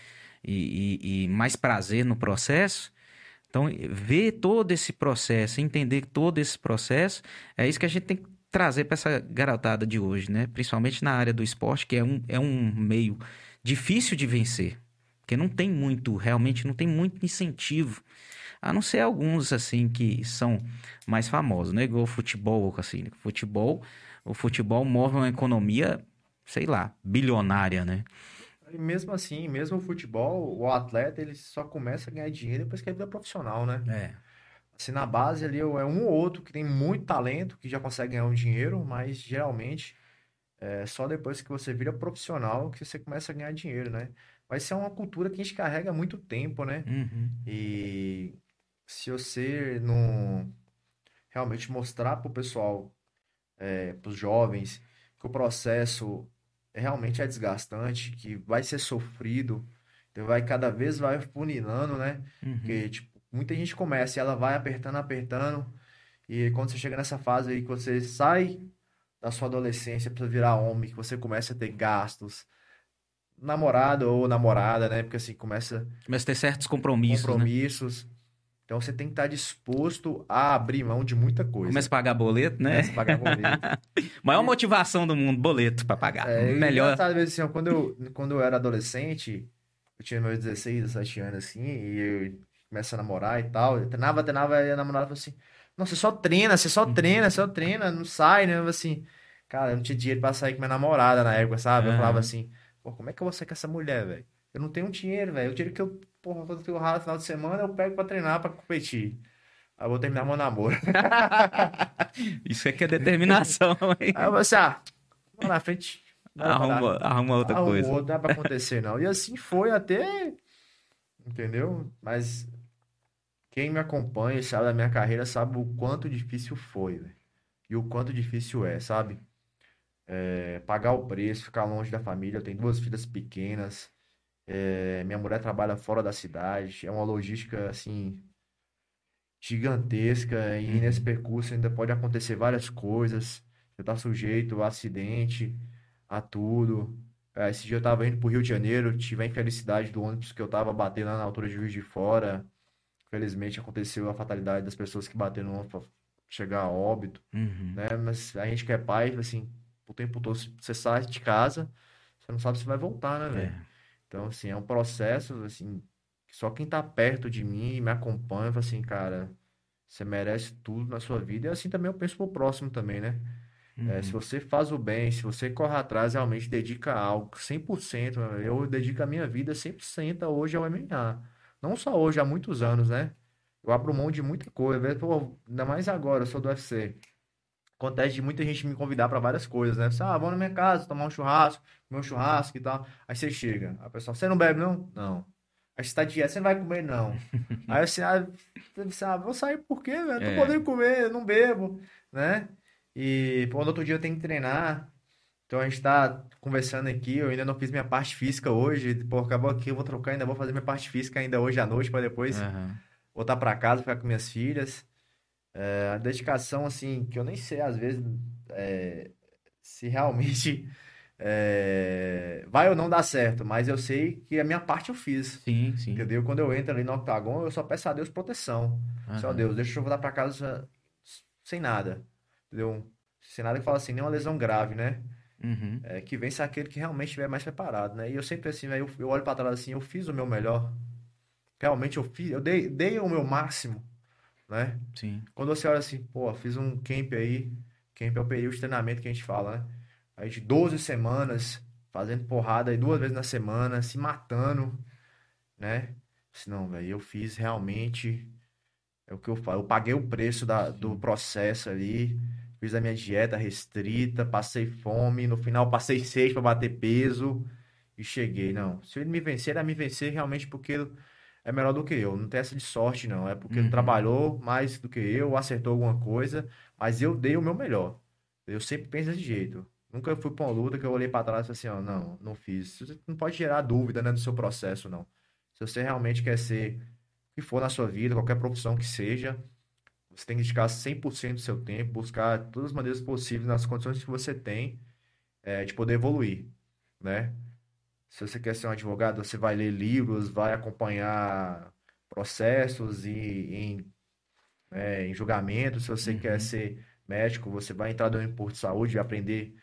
e, e, e mais prazer no processo. Então, ver todo esse processo, entender todo esse processo, é isso que a gente tem que trazer para essa garotada de hoje, né? Principalmente na área do esporte, que é um, é um meio difícil de vencer. Porque não tem muito, realmente não tem muito incentivo. A não ser alguns, assim, que são mais famosos, né? Igual o futebol, assim. Futebol, o futebol move uma economia, sei lá, bilionária, né? E mesmo assim, mesmo o futebol, o atleta, ele só começa a ganhar dinheiro depois que é vida profissional, né? É. Assim, na base ali é um ou outro que tem muito talento, que já consegue ganhar um dinheiro, mas geralmente é só depois que você vira profissional que você começa a ganhar dinheiro, né? Mas isso é uma cultura que a gente carrega há muito tempo, né? Uhum. E se você não realmente mostrar para o pessoal, para os jovens, que o processo realmente é desgastante, que vai ser sofrido, que vai cada vez vai funilando, né? Uhum. Porque, tipo, muita gente começa e ela vai apertando, apertando, e quando você chega nessa fase aí que você sai da sua adolescência para virar homem, que você começa a ter gastos, namorado ou namorada, né? Porque assim, começa Começa a ter certos compromissos, né? compromissos. Então você tem que estar disposto a abrir mão de muita Começa a coisa. pagar boleto, né? Começa a pagar boleto. Maior E, motivação do mundo, boleto pra pagar. é Melhor. engraçado, às vezes, assim, ó, quando eu, quando eu era adolescente, eu tinha meus dezesseis, dezessete anos, assim, e eu começo a namorar e tal. Eu treinava, treinava, e a namorada falou assim: Não, você só treina, você só treina, você só treina, não sai, né? Eu, assim, cara, eu não tinha dinheiro pra sair com minha namorada na época, sabe? Eu falava Aham. assim: Pô, como é que eu vou sair com essa mulher, velho? Eu não tenho dinheiro, velho. O dinheiro que eu, porra, quando eu tenho ralo no final de semana, eu pego pra treinar, pra competir. Aí eu vou terminar meu namoro. Isso é que é determinação, Aí eu hein? vou assim, ah, lá na frente, não era pra Arruma, dar. arruma outra Arrumo coisa. outro, não é pra acontecer, não. E assim foi até, entendeu? Mas quem me acompanha e sabe da minha carreira sabe o quanto difícil foi, velho. E o quanto difícil é, sabe? É, pagar o preço, ficar longe da família. Eu tenho duas filhas pequenas. É, minha mulher trabalha fora da cidade. É uma logística, assim, gigantesca. E nesse Uhum. percurso ainda pode acontecer várias coisas. Você tá sujeito a acidente, a tudo. É, esse dia eu tava indo pro Rio de Janeiro, tive a infelicidade do ônibus que eu tava batendo lá na altura de Juiz de Fora. Felizmente aconteceu a fatalidade das pessoas que bateram no ônibus pra chegar a óbito, Uhum. né? Mas a gente que é pai, assim, o tempo todo você sai de casa, você não sabe se vai voltar, né, É. velho? Então, assim, é um processo, assim, que só quem tá perto de mim e me acompanha, fala assim, cara, você merece tudo na sua vida. E assim também eu penso pro próximo também, né? É, se Uhum. você faz o bem, se você corre atrás, realmente dedica algo, cem por cento, eu dedico a minha vida cem por cento hoje ao M M A. Não só hoje, há muitos anos, né? Eu abro mão de muita coisa, velho. Pô, ainda mais agora, eu sou do U F C. Acontece de muita gente me convidar para várias coisas, né? Você, ah, vamos na minha casa, tomar um churrasco, comer um churrasco e tal. Aí você chega, a pessoa, você não bebe, não? Não. Aí você tá de dieta, você não vai comer, não. Aí você, ah, você, ah, vou sair por quê, velho? Eu tô É. podendo comer, eu não bebo, né? E, pô, no outro dia eu tenho que treinar. Então a gente tá conversando aqui, eu ainda não fiz minha parte física hoje. Pô, acabou aqui, eu vou trocar, ainda vou fazer minha parte física ainda hoje à noite, para depois Aham. voltar para casa, ficar com minhas filhas. É, a dedicação, assim, que eu nem sei, às vezes, é, se realmente é, vai ou não dar certo, mas eu sei que a minha parte eu fiz, Sim, sim. entendeu? Quando eu entro ali no octagon, eu só peço a Deus proteção. Só Aham. Deus, deixa eu voltar para casa sem nada, entendeu? Sem nada que fala assim, nenhuma lesão grave, né? Uhum. É, que vence aquele que realmente estiver mais preparado, né? E eu sempre assim, eu, eu olho para trás assim, eu fiz o meu melhor, realmente eu fiz, eu dei, dei o meu máximo, né? Sim. Quando você olha assim, pô, fiz um camp aí, camp é o período de treinamento que a gente fala, né? Aí de doze semanas, fazendo porrada aí duas vezes na semana, se matando, né? Disse, não, velho, eu fiz realmente, é o que eu falo, eu paguei o preço da, do Sim. processo ali, fiz a minha dieta restrita, passei fome, no final passei seis para bater peso e cheguei, não. Se ele me vencer, ele vai me vencer realmente porque é melhor do que eu. Não tem essa de sorte, não. É porque ele Uhum. trabalhou mais do que eu, acertou alguma coisa, mas eu dei o meu melhor. Eu sempre penso desse jeito. Nunca fui pra uma luta que eu olhei pra trás e falei assim, ó, não, não fiz. Você não pode gerar dúvida, né, do seu processo, não. Se você realmente quer ser o que for na sua vida, qualquer profissão que seja, você tem que dedicar cem por cento do seu tempo, buscar todas as maneiras possíveis, nas condições que você tem, é, de poder evoluir, né? Se você quer ser um advogado, você vai ler livros, vai acompanhar processos e em, é, em julgamentos. Se você quer Uhum. ser médico, você vai entrar dentro do posto de saúde e aprender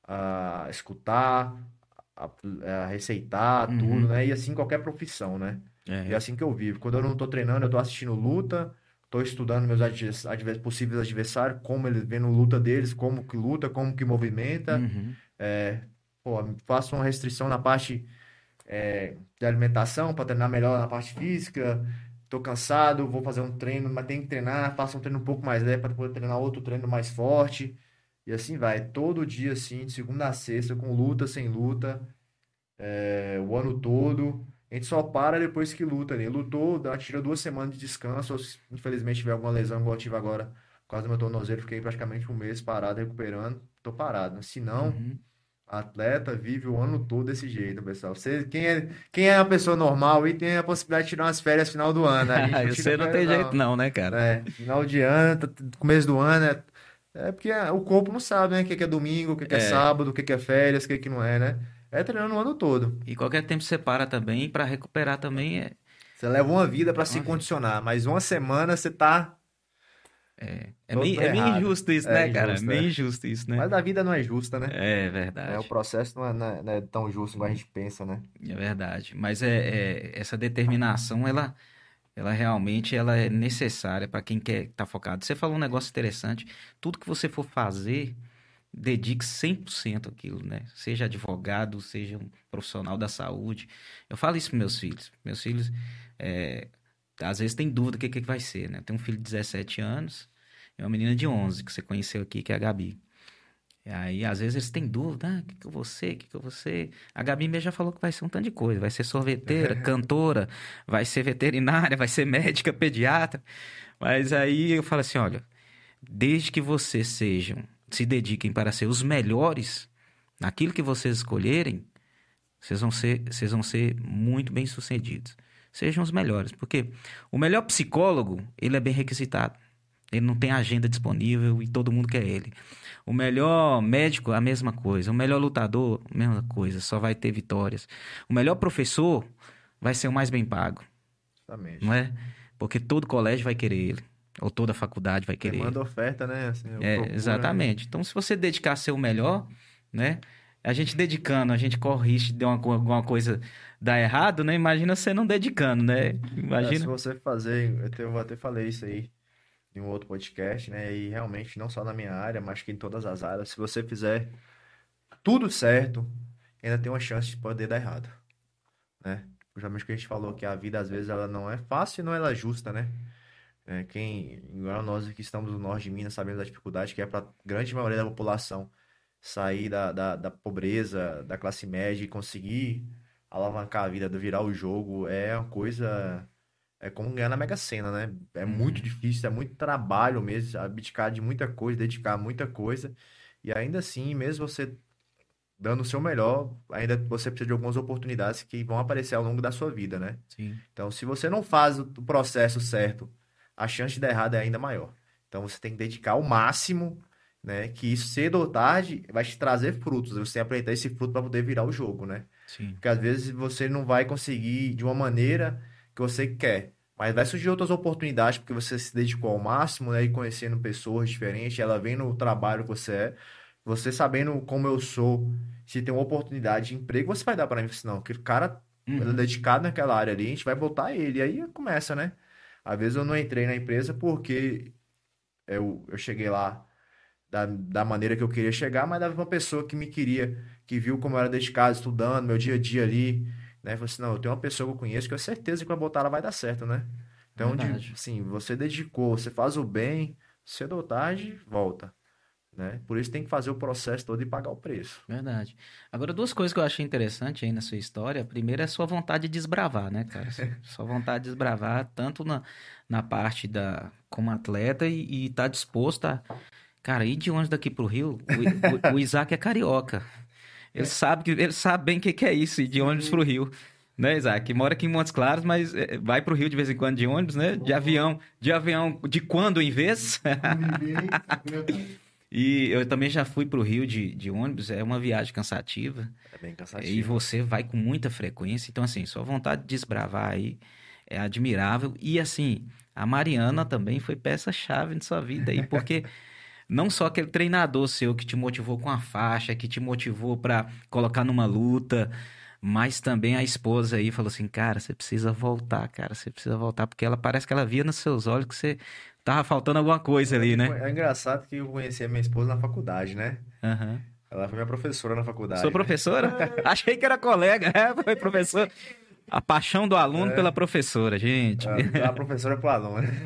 a escutar, a, a receitar, tudo, Uhum. né? E assim qualquer profissão, né? E é É. assim que eu vivo. Quando eu não tô treinando, eu tô assistindo luta, tô estudando meus advers- adver- possíveis adversários, como eles vendo luta deles, como que luta, como que movimenta. Uhum. É, pô, faço uma restrição na parte é, de alimentação para treinar melhor na parte física. Tô cansado, vou fazer um treino, mas tem que treinar, faço um treino um pouco mais leve para poder treinar outro treino mais forte. E assim vai, todo dia assim, de segunda a sexta, com luta, sem luta, é, o ano todo. A gente só para depois que luta ali. Lutou, dá- tira duas semanas de descanso. Ou se, infelizmente tiver alguma lesão, igual eu tive agora, por causa do meu tornozelo, fiquei praticamente um mês parado, recuperando. Tô parado. Se não, Uhum. atleta vive o ano todo desse jeito, pessoal. Você, quem é, quem é uma pessoa normal e tem a possibilidade de tirar umas férias final do ano. A gente não tira Você não férias, tem jeito não. não, né, cara? É, final de ano, tá- começo do ano, é, é porque a- o corpo não sabe, né? O que que é domingo, o que que é É. sábado, o que que é férias, o que que não é, né? É treinando o ano todo. E qualquer tempo você para também, para recuperar também é, Você leva uma vida para é se uma vida. condicionar, mas uma semana você tá É, é todo meio, é meio errado. injusto isso, É né, cara? É injusto, meio é. injusto isso, né? Mas a vida não é justa, né? É É, o verdade. processo não é, não é- não é tão justo igual a gente pensa, né? É verdade. Mas é, é- essa determinação, ela, ela realmente ela é necessária para quem quer estar focado. Você falou um negócio interessante. Tudo que você for fazer, dedique cem por cento àquilo, né? Seja advogado, seja um profissional da saúde. Eu falo isso para meus filhos. Meus filhos, é, às vezes, têm dúvida do que, que vai ser, né? Eu tenho um filho de dezessete anos e uma menina de onze que você conheceu aqui, que é a Gabi. E aí, às vezes, eles têm dúvida, ah, o que que eu vou ser, o que que eu vou ser? A Gabi mesmo já falou que vai ser um tanto de coisa, vai ser sorveteira, cantora, vai ser veterinária, vai ser médica, pediatra. Mas aí eu falo assim, olha, desde que vocês sejam, se dediquem para ser os melhores naquilo que vocês escolherem, vocês vão ser, vocês vão ser muito bem-sucedidos. Sejam os melhores, porque o melhor psicólogo, ele é bem requisitado. Ele não tem agenda disponível e todo mundo quer ele. O melhor médico, a mesma coisa. O melhor lutador, a mesma coisa. Só vai ter vitórias. O melhor professor vai ser o mais bem pago, não Exatamente. é? Porque todo colégio vai querer ele. Ou toda faculdade vai querer ele. Demanda oferta, né? Assim, É, procura, né? exatamente. Então, se você dedicar a ser o melhor, né? A gente dedicando, a gente corre risco de uma, co- alguma coisa dar errado, né? Imagina você não dedicando, né? É, se Imagina. você fazer, eu te- eu até falei isso aí em um outro podcast, né? E realmente, não só na minha área, mas que em todas as áreas, se você fizer tudo certo, ainda tem uma chance de poder dar errado, né? Justamente o que a gente falou, que a vida às vezes ela não é fácil e não ela é justa, né? É, quem, igual nós que estamos no norte de Minas, sabemos da dificuldade que é para a grande maioria da população sair da, da, da pobreza, da classe média e conseguir alavancar a vida, do virar o jogo, é uma coisa. É como ganhar na Mega Sena, né? É muito Uhum. difícil, é muito trabalho mesmo, abdicar de muita coisa, dedicar a muita coisa. E ainda assim, mesmo você dando o seu melhor, ainda você precisa de algumas oportunidades que vão aparecer ao longo da sua vida, né? Sim. Então, se você não faz o o processo certo, a chance de dar errado é ainda maior. Então, você tem que dedicar o máximo, né? Que isso, cedo ou tarde, vai te trazer frutos. Você tem que aproveitar esse fruto para poder virar o jogo, né? Sim. Porque às vezes você não vai conseguir de uma maneira que você quer. Mas vai surgir outras oportunidades porque você se dedicou ao máximo, né? E conhecendo pessoas diferentes, ela vendo o trabalho que você é, você sabendo como eu sou, se tem uma oportunidade de emprego, você vai dar para mim, assim, não, aquele cara ele é Uhum. dedicado naquela área ali, a gente vai botar ele. E aí começa, né? Às vezes eu não entrei na empresa porque eu, eu cheguei lá da, da maneira que eu queria chegar, mas dava uma pessoa que me queria, que viu como eu era dedicado, estudando, meu dia a dia ali, né? Falei assim, não, eu tenho uma pessoa que eu conheço que eu tenho certeza que vai botar ela vai dar certo, né? Então, de, Verdade. assim, você dedicou, você faz o bem, cedo ou tarde, volta, né? Por isso tem que fazer o processo todo e pagar o preço. Verdade. Agora, duas coisas que eu achei interessante aí na sua história. A primeira é a sua vontade de desbravar, né, cara? Sua vontade de desbravar, tanto na, na parte da como atleta e, e tá disposto a. Cara, ir de ônibus daqui pro Rio, o, o, o Isaac é carioca. Ele sabe que ele sabe bem o que, que é isso, ir de ônibus pro Sim. Rio. Né, Isaac? Mora aqui em Montes Claros, mas é, vai pro Rio de vez em quando de ônibus, né? De Vou, vou. avião. De avião, de quando em vez? Quando em vez, é verdade. E eu também já fui para o Rio de, de ônibus, é uma viagem cansativa. É bem E cansativo. você vai com muita frequência. Então, assim, sua vontade de desbravar aí é admirável. E, assim, a Mariana também foi peça-chave em sua vida aí, porque não só aquele treinador seu que te motivou com a faixa, que te motivou para colocar numa luta, mas também a esposa aí falou assim, cara, você precisa voltar, cara, você precisa voltar, porque ela parece que ela via nos seus olhos que você tava faltando alguma coisa É, ali, que né? foi- é engraçado que eu conheci a minha esposa na faculdade, né? Aham. Ela foi minha professora na Sou faculdade, né? professora? Achei que era colega, é, foi professor. A paixão do aluno pela É, professora, gente. a, a professora pro aluno, né?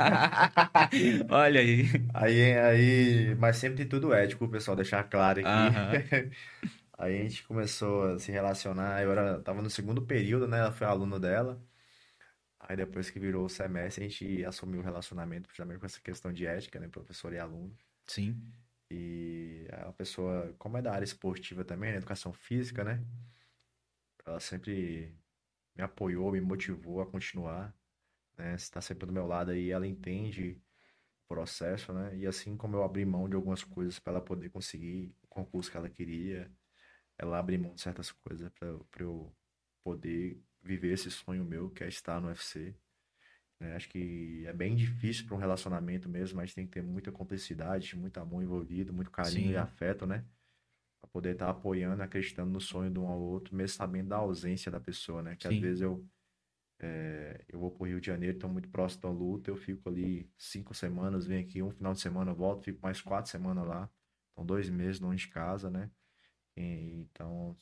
Olha aí. Aí, aí, mas sempre tem tudo ético, o pessoal deixar claro aqui. Aham. Aí a gente começou a se relacionar, eu era, tava no segundo período, né? Ela foi aluno dela. Aí depois que virou o semestre, a gente assumiu o relacionamento, justamente com essa questão de ética, né? Professor e aluno. Sim, E a pessoa, como é da área esportiva também, né? Educação física, né? Ela sempre me apoiou, me motivou a continuar, né? Está sempre do meu lado aí, ela entende o processo, né? E assim como eu abri mão de algumas coisas para ela poder conseguir o concurso que ela queria, ela abre mão de certas coisas para eu poder viver esse sonho meu, que é estar no U F C. Né? Acho que é bem difícil para um relacionamento mesmo, mas tem que ter muita cumplicidade, muito amor envolvido, muito carinho e sim, afeto, né? Para poder estar apoiando, acreditando no sonho de um ao outro, mesmo sabendo da ausência da pessoa, né? Que às sim. vezes eu, é, eu vou para o Rio de Janeiro, estou muito próximo da luta, eu fico ali cinco semanas, venho aqui um final de semana, eu volto, fico mais quatro semanas lá. Então, dois meses longe de casa, né? E, então,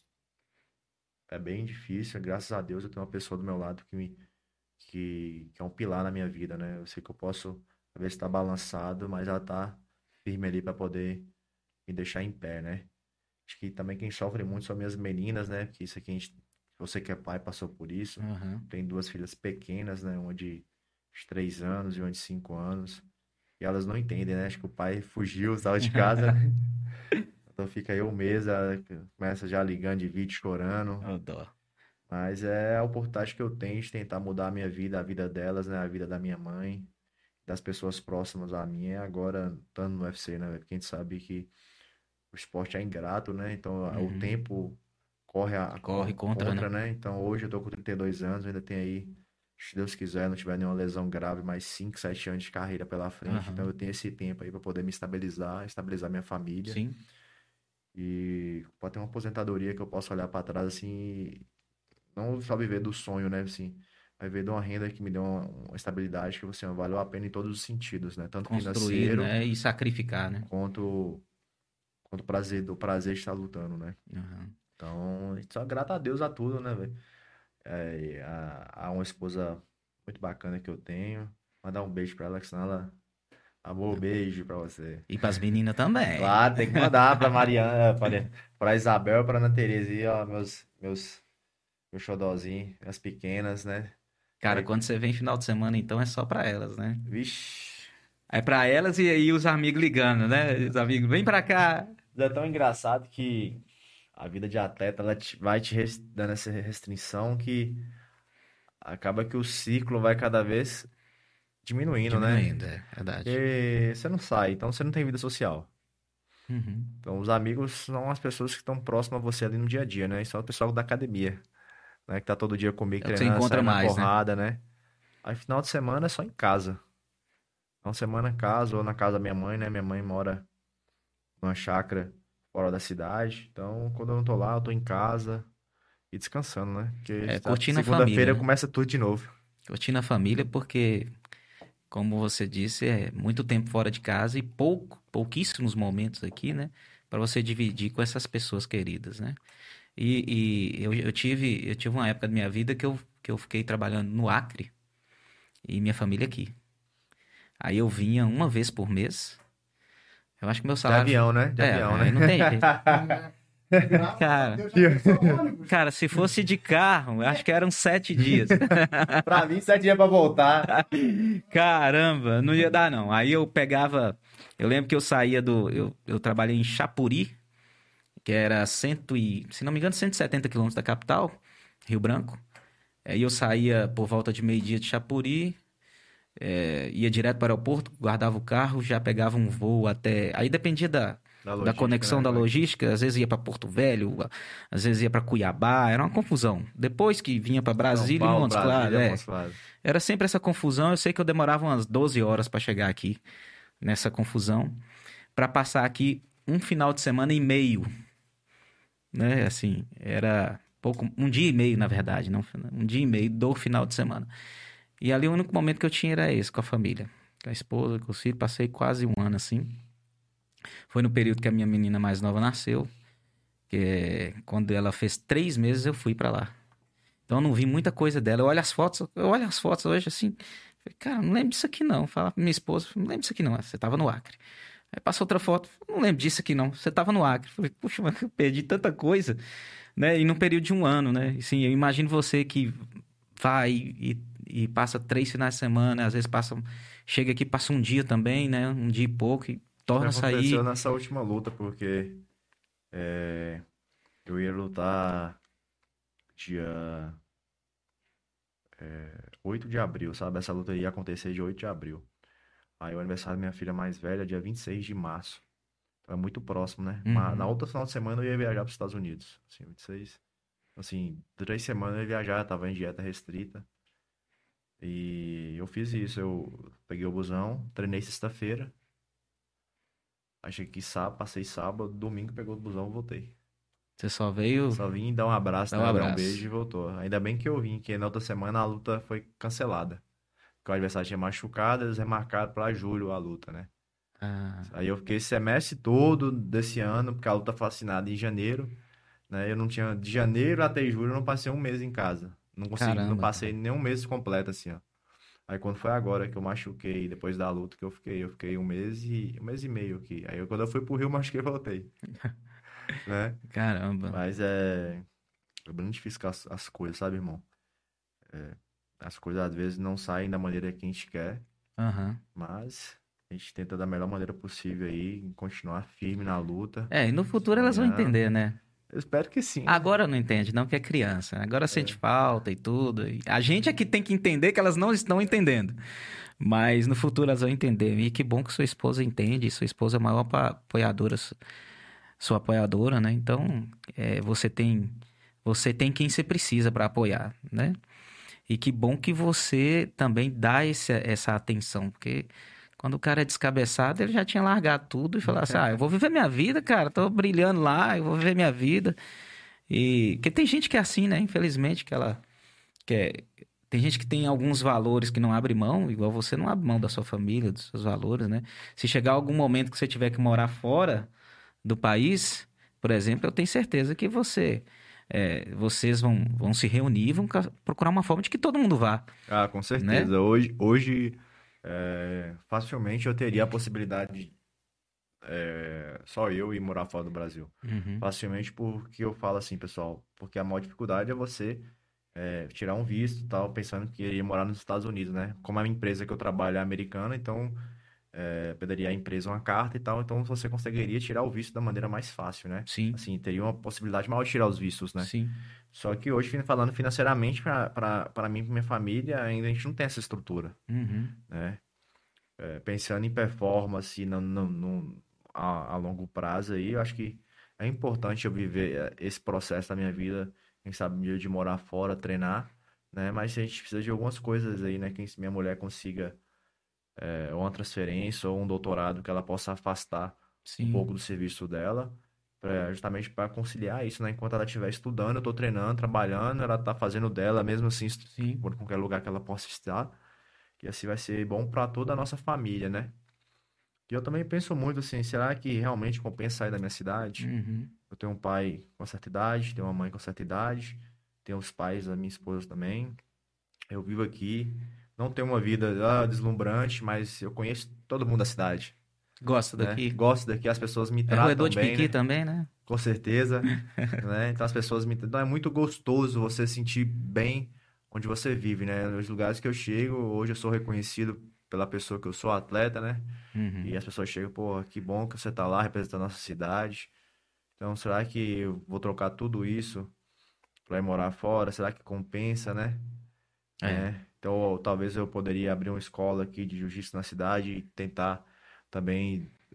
é bem difícil. Graças a Deus eu tenho uma pessoa do meu lado que me, que, que é um pilar na minha vida, né? Eu sei que eu posso, às vezes, estar balançado, mas ela tá firme ali para poder me deixar em pé, né? Acho que também quem sofre muito são minhas meninas, né? Porque isso aqui a gente, você que é pai passou por isso. Aham. Tem duas filhas pequenas, né? Uma de de três anos e uma de cinco anos. E elas não entendem, né? Acho que o pai fugiu, saiu de casa, né? Então fica aí um mês, ela começa já ligando de vídeo, chorando. Ô, dó. Mas é a oportunidade que eu tenho de tentar mudar a minha vida, a vida delas, né? A vida da minha mãe, das pessoas próximas a mim, é agora estando no U F C, né? Porque a gente sabe que o esporte é ingrato, né? Então a- o Uhum. tempo corre a, Corre con- contra, contra, né? né? Então hoje eu tô com trinta e dois anos, ainda tenho aí, se Deus quiser, não tiver nenhuma lesão grave, mais cinco sete anos de carreira pela frente. Então Aham. eu tenho esse tempo aí para poder me estabilizar, estabilizar minha família. Sim. E pode ter uma aposentadoria que eu possa olhar para trás assim, não só viver do sonho, né? Assim, mas viver de uma renda que me deu uma, uma estabilidade que assim, valeu a pena em todos os sentidos, né? Tanto Construir, financeiro né? E sacrificar, né? quanto quanto prazer do prazer de estar lutando, né? Aham. Então, a gente só grata a Deus a tudo, né, velho? É, a, a uma esposa muito bacana que eu tenho. Mandar um beijo pra ela, que senão ela. Amor, beijo pra você. E pras meninas também. Claro, tem que mandar pra Mariana, pra, pra Isabel, pra Ana Tereza aí, ó, meus, meus, meus xodozinhos, as pequenas, né? Cara, Aí, quando você vem final de semana, então é só pra elas, né? vixe, É pra elas e aí os amigos ligando, né? Os amigos, vem pra cá. é tão engraçado que a vida de atleta, ela te- vai te res- dando essa restrição que acaba que o ciclo vai cada vez diminuindo, né? Diminuindo, é verdade. Porque você não sai, então você não tem vida social. Uhum. Então, os amigos são as pessoas que estão próximas a você ali no dia a dia, né? E são o pessoal da academia, né? Que tá todo dia comigo É o que você treinando, encontra saindo na mais, né? porrada, né? Aí, final de semana é só em casa. Então, semana em casa ou na casa da minha mãe, né? Minha mãe mora numa chácara fora da cidade. Então, quando eu não tô lá, eu tô em casa e descansando, né? Porque É tá- curtindo a família, segunda-feira né? começa tudo de novo. Curtindo a família porque, como você disse, é muito tempo fora de casa e pouco, pouquíssimos momentos aqui, né? Pra você dividir com essas pessoas queridas, né? E, e eu, eu tive, eu tive uma época da minha vida que eu, que eu fiquei trabalhando no Acre e minha família aqui. Aí eu vinha uma vez por mês. Eu acho que meu De salário. avião, né? De É, avião, né? aí não tem jeito. Graças a Cara, Deus, já pensou ônibus. cara, se fosse de carro, eu acho que eram sete dias. Pra mim, sete dias pra voltar. Caramba, não ia dar não. Aí eu pegava. Eu lembro que eu saía do. Eu, eu trabalhei em Chapuri, que era cento e, se não me engano, cento e setenta quilômetros da capital, Rio Branco. Aí eu saía por volta de meio-dia de Chapuri, é, ia direto para o aeroporto, guardava o carro, já pegava um voo até. Aí dependia da, Da da logística, conexão né? da logística, às vezes ia para Porto Velho, às vezes ia para Cuiabá, era uma confusão. Depois que vinha para São Brasília e Paulo, Montes Claros, Brasília, é, Montes Claros. era sempre essa confusão. Eu sei que eu demorava umas doze horas para chegar aqui nessa confusão, para passar aqui um final de semana e meio, né? Assim, era pouco, um dia e meio, na verdade, não, um dia e meio do final de semana. E ali o único momento que eu tinha era esse, com a família, com a esposa, com os filhos. Passei quase um ano assim. Foi no período que a minha menina mais nova nasceu, que é quando ela fez três meses eu fui pra lá. Então eu não vi muita coisa dela. Eu olho as fotos, eu olho as fotos hoje assim, falei, cara, não lembro disso aqui não. Fala pra minha esposa, não lembro disso aqui não. Você tava no Acre. Aí passa outra foto, não lembro disso aqui não. Você tava no Acre. Falei, puxa, mas eu perdi tanta coisa, né? E num período de um ano, né? Assim, eu imagino você que vai e, e passa três finais de semana, às vezes passa, chega aqui, passa um dia também, né? Um dia e pouco, e Isso torna a aconteceu sair. nessa última luta, porque é, eu ia lutar dia oito de abril, sabe? Essa luta ia acontecer dia oito de abril. Aí o aniversário da minha filha mais velha é dia vinte e seis de março. Então é muito próximo, né? Mas na Uhum. outra final de semana eu ia viajar para os Estados Unidos. Assim, vinte e seis. Assim, três semanas eu ia viajar, tava em dieta restrita. E eu fiz isso. Eu peguei o busão, treinei sexta-feira. Aí cheguei aqui sábado, passei sábado, domingo pegou o busão e voltei. Você só veio Só vim dar um abraço dar um nela, dar um beijo abraço. e voltou. Ainda bem que eu vim, que na outra semana a luta foi cancelada. Porque o adversário tinha machucado, eles remarcaram pra julho a luta, né? Ah, Aí eu fiquei esse semestre todo desse ano, porque a luta foi assinada em janeiro, né? Eu não tinha, de janeiro até julho, eu não passei um mês em casa. Não consegui, não caramba, passei cara. nem um mês completo, assim, ó. Aí quando foi agora que eu machuquei, depois da luta que eu fiquei, eu fiquei um mês e, um mês e meio aqui. Aí eu, quando eu fui pro Rio, eu machuquei e voltei, né? Caramba. Mas é, é bem difícil com as, as coisas, sabe, irmão? As coisas às vezes não saem da maneira que a gente quer, Aham. mas a gente tenta da melhor maneira possível aí, continuar firme na luta, É, e no futuro elas vão sonhando. entender, né? Eu espero que sim, né? Agora não entende, não, que é criança. Agora sente É. falta e tudo. E a gente é que tem que entender que elas não estão entendendo. Mas no futuro elas vão entender. E que bom que sua esposa entende. Sua esposa é a maior apa- apoiadora, su- sua apoiadora, né? Então, é, você tem, você tem quem você precisa para apoiar, né? E que bom que você também dá esse, essa atenção, porque quando o cara é descabeçado, ele já tinha largado tudo e falado assim: ah, eu vou viver minha vida, cara, tô brilhando lá, eu vou viver minha vida. E porque tem gente que é assim, né? Infelizmente, que ela quer. Tem gente que tem alguns valores que não abre mão, igual você não abre mão da sua família, dos seus valores, né? Se chegar algum momento que você tiver que morar fora do país, por exemplo, eu tenho certeza que você, é, vocês vão, vão se reunir, vão ca- procurar uma forma de que todo mundo vá, Ah, com né? certeza. Hoje, hoje é, facilmente eu teria a possibilidade de é, só eu ir morar fora do Brasil. Uhum. Facilmente porque eu falo assim, pessoal, porque a maior dificuldade é você é, tirar um visto e tal, pensando que iria morar nos Estados Unidos, né? Como a minha empresa que eu trabalho é americana, então é, pediria à empresa uma carta e tal, então você conseguiria tirar o visto da maneira mais fácil, né? Sim, Assim, teria uma possibilidade maior de tirar os vistos, né? sim. Só que hoje, falando financeiramente, para mim e para minha família, ainda a gente não tem essa estrutura, Uhum. né? É, pensando em performance no, no, no- a, a longo prazo aí, eu acho que é importante eu viver é, esse processo da minha vida, quem sabe um dia de morar fora, treinar, né? Mas a gente precisa de algumas coisas aí, né? Quem se minha mulher consiga é, ou uma transferência ou um doutorado que ela possa afastar um pouco Sim, do serviço dela, pra- justamente para conciliar isso, né? Enquanto ela estiver estudando, eu estou treinando, trabalhando, ela está fazendo o dela, mesmo assim, est- sim. por qualquer lugar que ela possa estar, e assim vai ser bom para toda a nossa família, né? E eu também penso muito assim, será que realmente compensa sair da minha cidade? Uhum. Eu tenho um pai com certa idade, tenho uma mãe com certa idade, tenho os pais da minha esposa também. Eu vivo aqui, não tenho uma vida ah, deslumbrante, mas eu conheço todo mundo da cidade, Gosta né? daqui? Gosto daqui, as pessoas me É roedor tratam de bem, piqui né? também, né? Com certeza, né? Então as pessoas me... Então é muito gostoso você se sentir bem onde você vive, né? Nos lugares que eu chego, hoje eu sou reconhecido pela pessoa que eu sou, atleta, né? E Uhum. as pessoas chegam, pô, que bom que você tá lá representando a nossa cidade. Então, será que eu vou trocar tudo isso para ir morar fora? Será que compensa, né? É. Né? Então, talvez eu poderia abrir uma escola aqui de jiu-jitsu na cidade e tentar também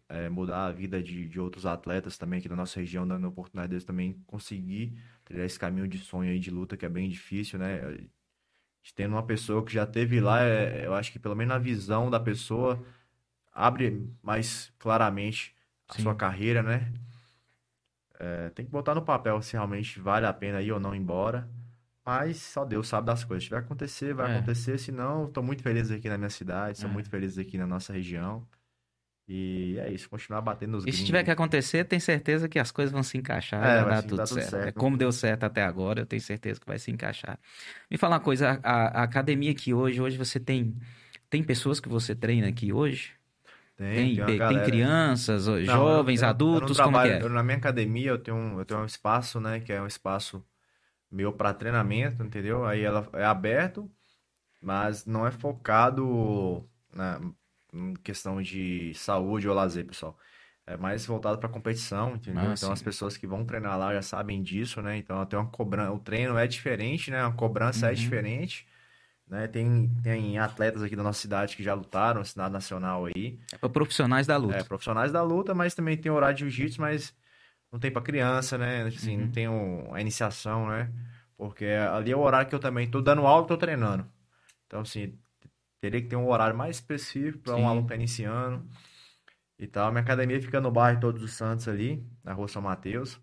é, mudar a vida de, de outros atletas também aqui da nossa região, dando a oportunidade deles também conseguir trilhar esse caminho de sonho aí de luta que é bem difícil, né? Tendo uma pessoa que já teve lá, é, eu acho que pelo menos na visão da pessoa abre mais claramente a sua Sim. carreira, né? É, tem que botar no papel se realmente vale a pena ir ou não embora. Mas só Deus sabe das coisas. Se vai acontecer, vai É, acontecer. Se não, estou muito feliz aqui na minha cidade, sou muito é. feliz aqui na nossa região. E é isso, continuar batendo nos E se gringos tiver que aqui. acontecer, tem certeza que as coisas vão se encaixar e É, vai vai dar sim, tudo dar tudo certo. É certo. como deu certo até agora, eu tenho certeza que vai se encaixar. Me fala uma coisa, a, a academia aqui hoje, hoje você tem, tem pessoas que você treina aqui hoje? Tem, Tem, tem uma pe- tem galera. crianças, ó, Não, eu não, jovens, eu não, eu não adultos, como que trabalho. é? Eu, na minha academia, eu tenho um, eu tenho um espaço, né? Que é um espaço meu para treinamento, entendeu? Aí ela é aberto, mas não é focado na em questão de saúde ou lazer, pessoal. É mais voltado para competição, entendeu? Ah, Então as sim. pessoas que vão treinar lá já sabem disso, né? Então até uma cobrança, o treino é diferente, né? A cobrança é Uhum. diferente, né? Tem, tem atletas aqui da nossa cidade que já lutaram no cenário nacional aí, É para profissionais da é, luta. profissionais da luta, mas também tem horário de jiu-jitsu, mas não tem para criança, né? Assim, não Uhum. tem o- a iniciação, né? Porque ali é o horário que eu também tô dando aula e tô treinando. Então, assim, teria que ter um horário mais específico para um aluno que Sim. tá iniciando e tal. Minha academia fica no bairro Todos os Santos ali, na rua São Mateus.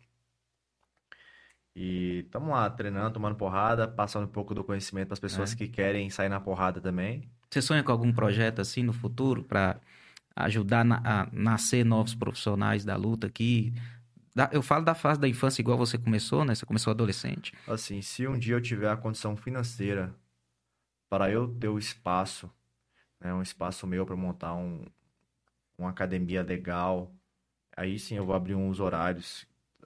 E estamos lá treinando, tomando porrada, passando um pouco do conhecimento para as pessoas É. que querem sair na porrada também. Você sonha com algum projeto assim no futuro para ajudar na- a nascer novos profissionais da luta aqui? Da- eu falo da fase da infância igual você começou, né? Você começou adolescente. Assim, se um dia eu tiver a condição financeira para eu ter o espaço, né, um espaço meu para montar um, uma academia legal, aí sim eu vou abrir uns horários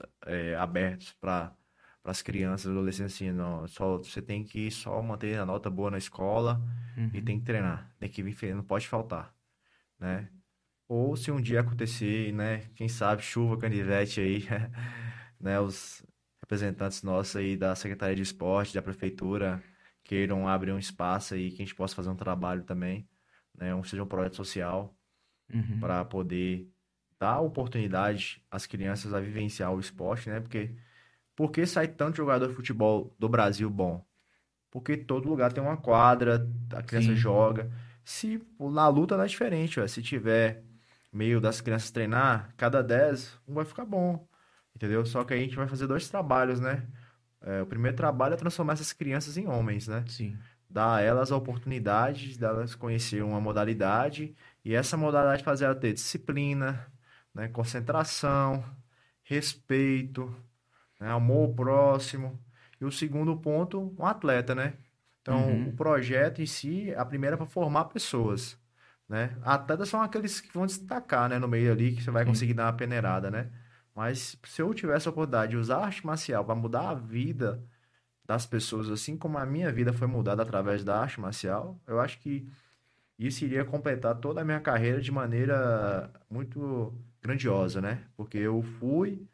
é, abertos para as crianças, adolescentes, assim, não, só, você tem que só manter a nota boa na escola e Uhum. tem que treinar, tem que vir, não pode faltar, né? Ou se um dia acontecer, né, quem sabe, chuva, canivete aí, né, os representantes nossos aí da Secretaria de Esporte, da Prefeitura, queiram abrir um espaço aí que a gente possa fazer um trabalho também, né, um, seja um projeto social, Uhum. para poder dar oportunidade às crianças a vivenciar o esporte, né, porque por que sai tanto jogador de futebol do Brasil bom? Porque todo lugar tem uma quadra, a criança Sim, joga. Se na luta não é diferente, ué. Se tiver meio das crianças treinar, cada dez, um vai ficar bom. Entendeu? Só que aí a gente vai fazer dois trabalhos, né? É, o primeiro trabalho é transformar essas crianças em homens, né? sim. Dar a elas a oportunidade de elas conhecer uma modalidade e essa modalidade fazer ela ter disciplina, né? Concentração, respeito, né? Amor ao próximo. E o segundo ponto, um atleta, né? Então, o Uhum. projeto em si, a primeira é para formar pessoas, né? Atletas são aqueles que vão destacar, né, no meio ali, que você vai Sim. conseguir dar uma peneirada, né? Mas se eu tivesse a oportunidade de usar a arte marcial para mudar a vida das pessoas, assim como a minha vida foi mudada através da arte marcial, eu acho que isso iria completar toda a minha carreira de maneira muito grandiosa, né? Porque eu fui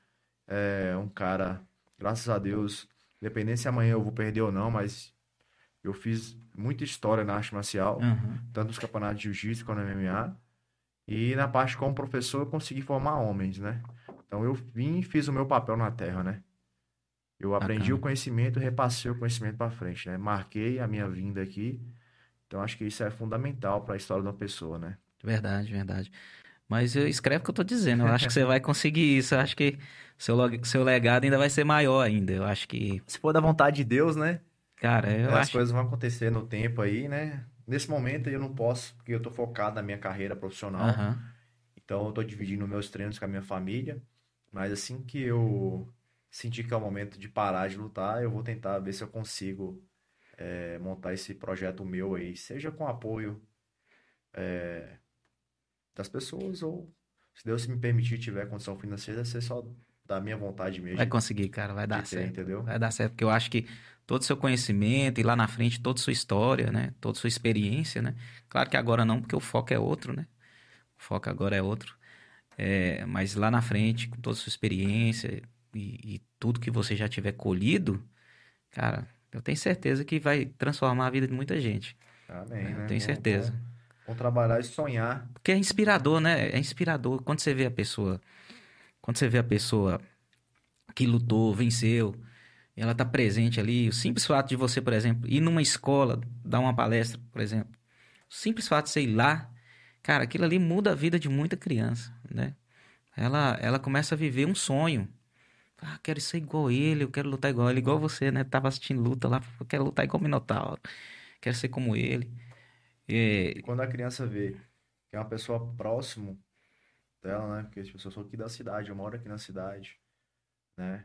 é um cara, graças a Deus, independente se amanhã eu vou perder ou não, mas eu fiz muita história na arte marcial, Aham. tanto nos campeonatos de jiu-jitsu quanto no M M A. E na parte como professor eu consegui formar homens, né? Então eu vim e fiz o meu papel na Terra, né? Eu aprendi o Bacana. conhecimento e repassei o conhecimento para frente, né? Marquei a minha vinda aqui. Então acho que isso é fundamental para a história de uma pessoa, né? Verdade, verdade. Mas eu escreve o que eu tô dizendo. Eu acho que você vai conseguir isso. Eu acho que seu, log- seu legado ainda vai ser maior ainda. Eu acho que, Se for da vontade de Deus, né? cara, eu É, as acho. coisas vão acontecer no tempo aí, né? Nesse momento eu não posso, porque eu tô focado na minha carreira profissional. Aham. Então eu tô dividindo meus treinos com a minha família. Mas assim que eu sentir que é o momento de parar de lutar, eu vou tentar ver se eu consigo é, montar esse projeto meu aí, seja com apoio das pessoas ou, se Deus me permitir, tiver condição financeira, ser só da minha vontade mesmo Vai de, conseguir, cara. Vai de dar ter, certo. entendeu? Vai dar certo, porque eu acho que todo o seu conhecimento e lá na frente toda a sua história, né? Toda a sua experiência, né? Claro que agora não, porque o foco é outro, né? O foco agora é outro. É, mas lá na frente, com toda a sua experiência e, e tudo que você já tiver colhido, cara, eu tenho certeza que vai transformar a vida de muita gente. Amém, Né? Eu né? tenho Vamos, certeza. vamos Vamos trabalhar e sonhar. Porque é inspirador, né? É inspirador. Quando você vê a pessoa, quando você vê a pessoa que lutou, venceu, e ela tá presente ali, o simples fato de você, por exemplo, ir numa escola, dar uma palestra, por exemplo, o simples fato de você ir lá, cara, aquilo ali muda a vida de muita criança, né? Ela, ela começa a viver um sonho. Ah, quero ser igual ele, eu quero lutar igual ele, igual você, né? Tava assistindo luta lá, eu quero lutar igual o Minotauro, quero ser como ele. E É, quando a criança vê que é uma pessoa próximo dela, né? Porque tipo, eu sou aqui da cidade, eu moro aqui na cidade, né?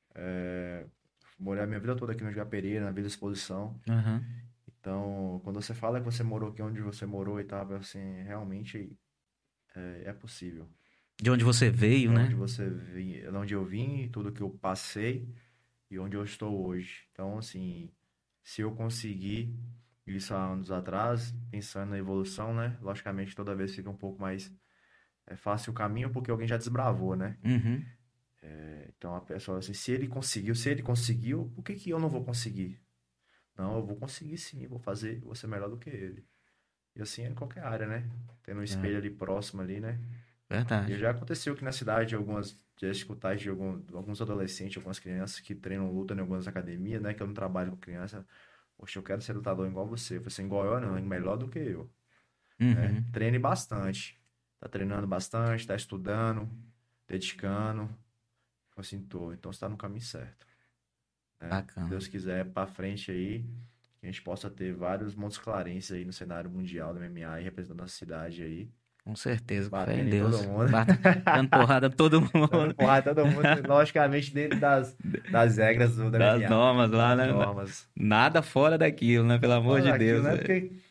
É, morei a minha vida toda aqui no Japereira, na Vila Exposição. aham. Então, quando você fala que você morou aqui onde você morou e tal, assim, realmente é, é possível. De onde você veio, De né? onde você vim, de onde eu vim, tudo que eu passei e onde eu estou hoje. Então, assim, se eu conseguir isso há anos atrás, pensando na evolução, né? Logicamente, toda vez fica um pouco mais é fácil o caminho porque alguém já desbravou, né? Uhum. É, então, a pessoa, assim, se ele conseguiu, se ele conseguiu, por que que eu não vou conseguir? Não, eu vou conseguir sim, vou fazer, vou ser melhor do que ele. E assim é em qualquer área, né? Tendo um É, espelho ali próximo ali, né? E verdade. já aconteceu aqui na cidade, algumas, já escutar de algum, alguns adolescentes, algumas crianças que treinam luta em algumas academias, né? Que eu não trabalho com criança. Poxa, eu quero ser lutador igual você. Eu falei assim, igual eu não, é melhor do que eu, né? Uhum. Treine bastante. Tá treinando bastante, tá estudando, dedicando. Eu assim, tô. Então você tá no caminho certo, né? Se Bacana. Deus quiser, pra frente aí, que a gente possa ter vários montes clarentes aí no cenário mundial do M M A e representando a cidade aí, Com certeza, com fé em batendo em todo Deus. mundo. Bata- Dando porrada em todo Dando mundo. porrada em todo mundo, logicamente dentro das, das regras do Das M M A, normas lá, das né? normas. Nada fora daquilo, né? Pelo amor Olha de aquilo, Deus. né? É. Porque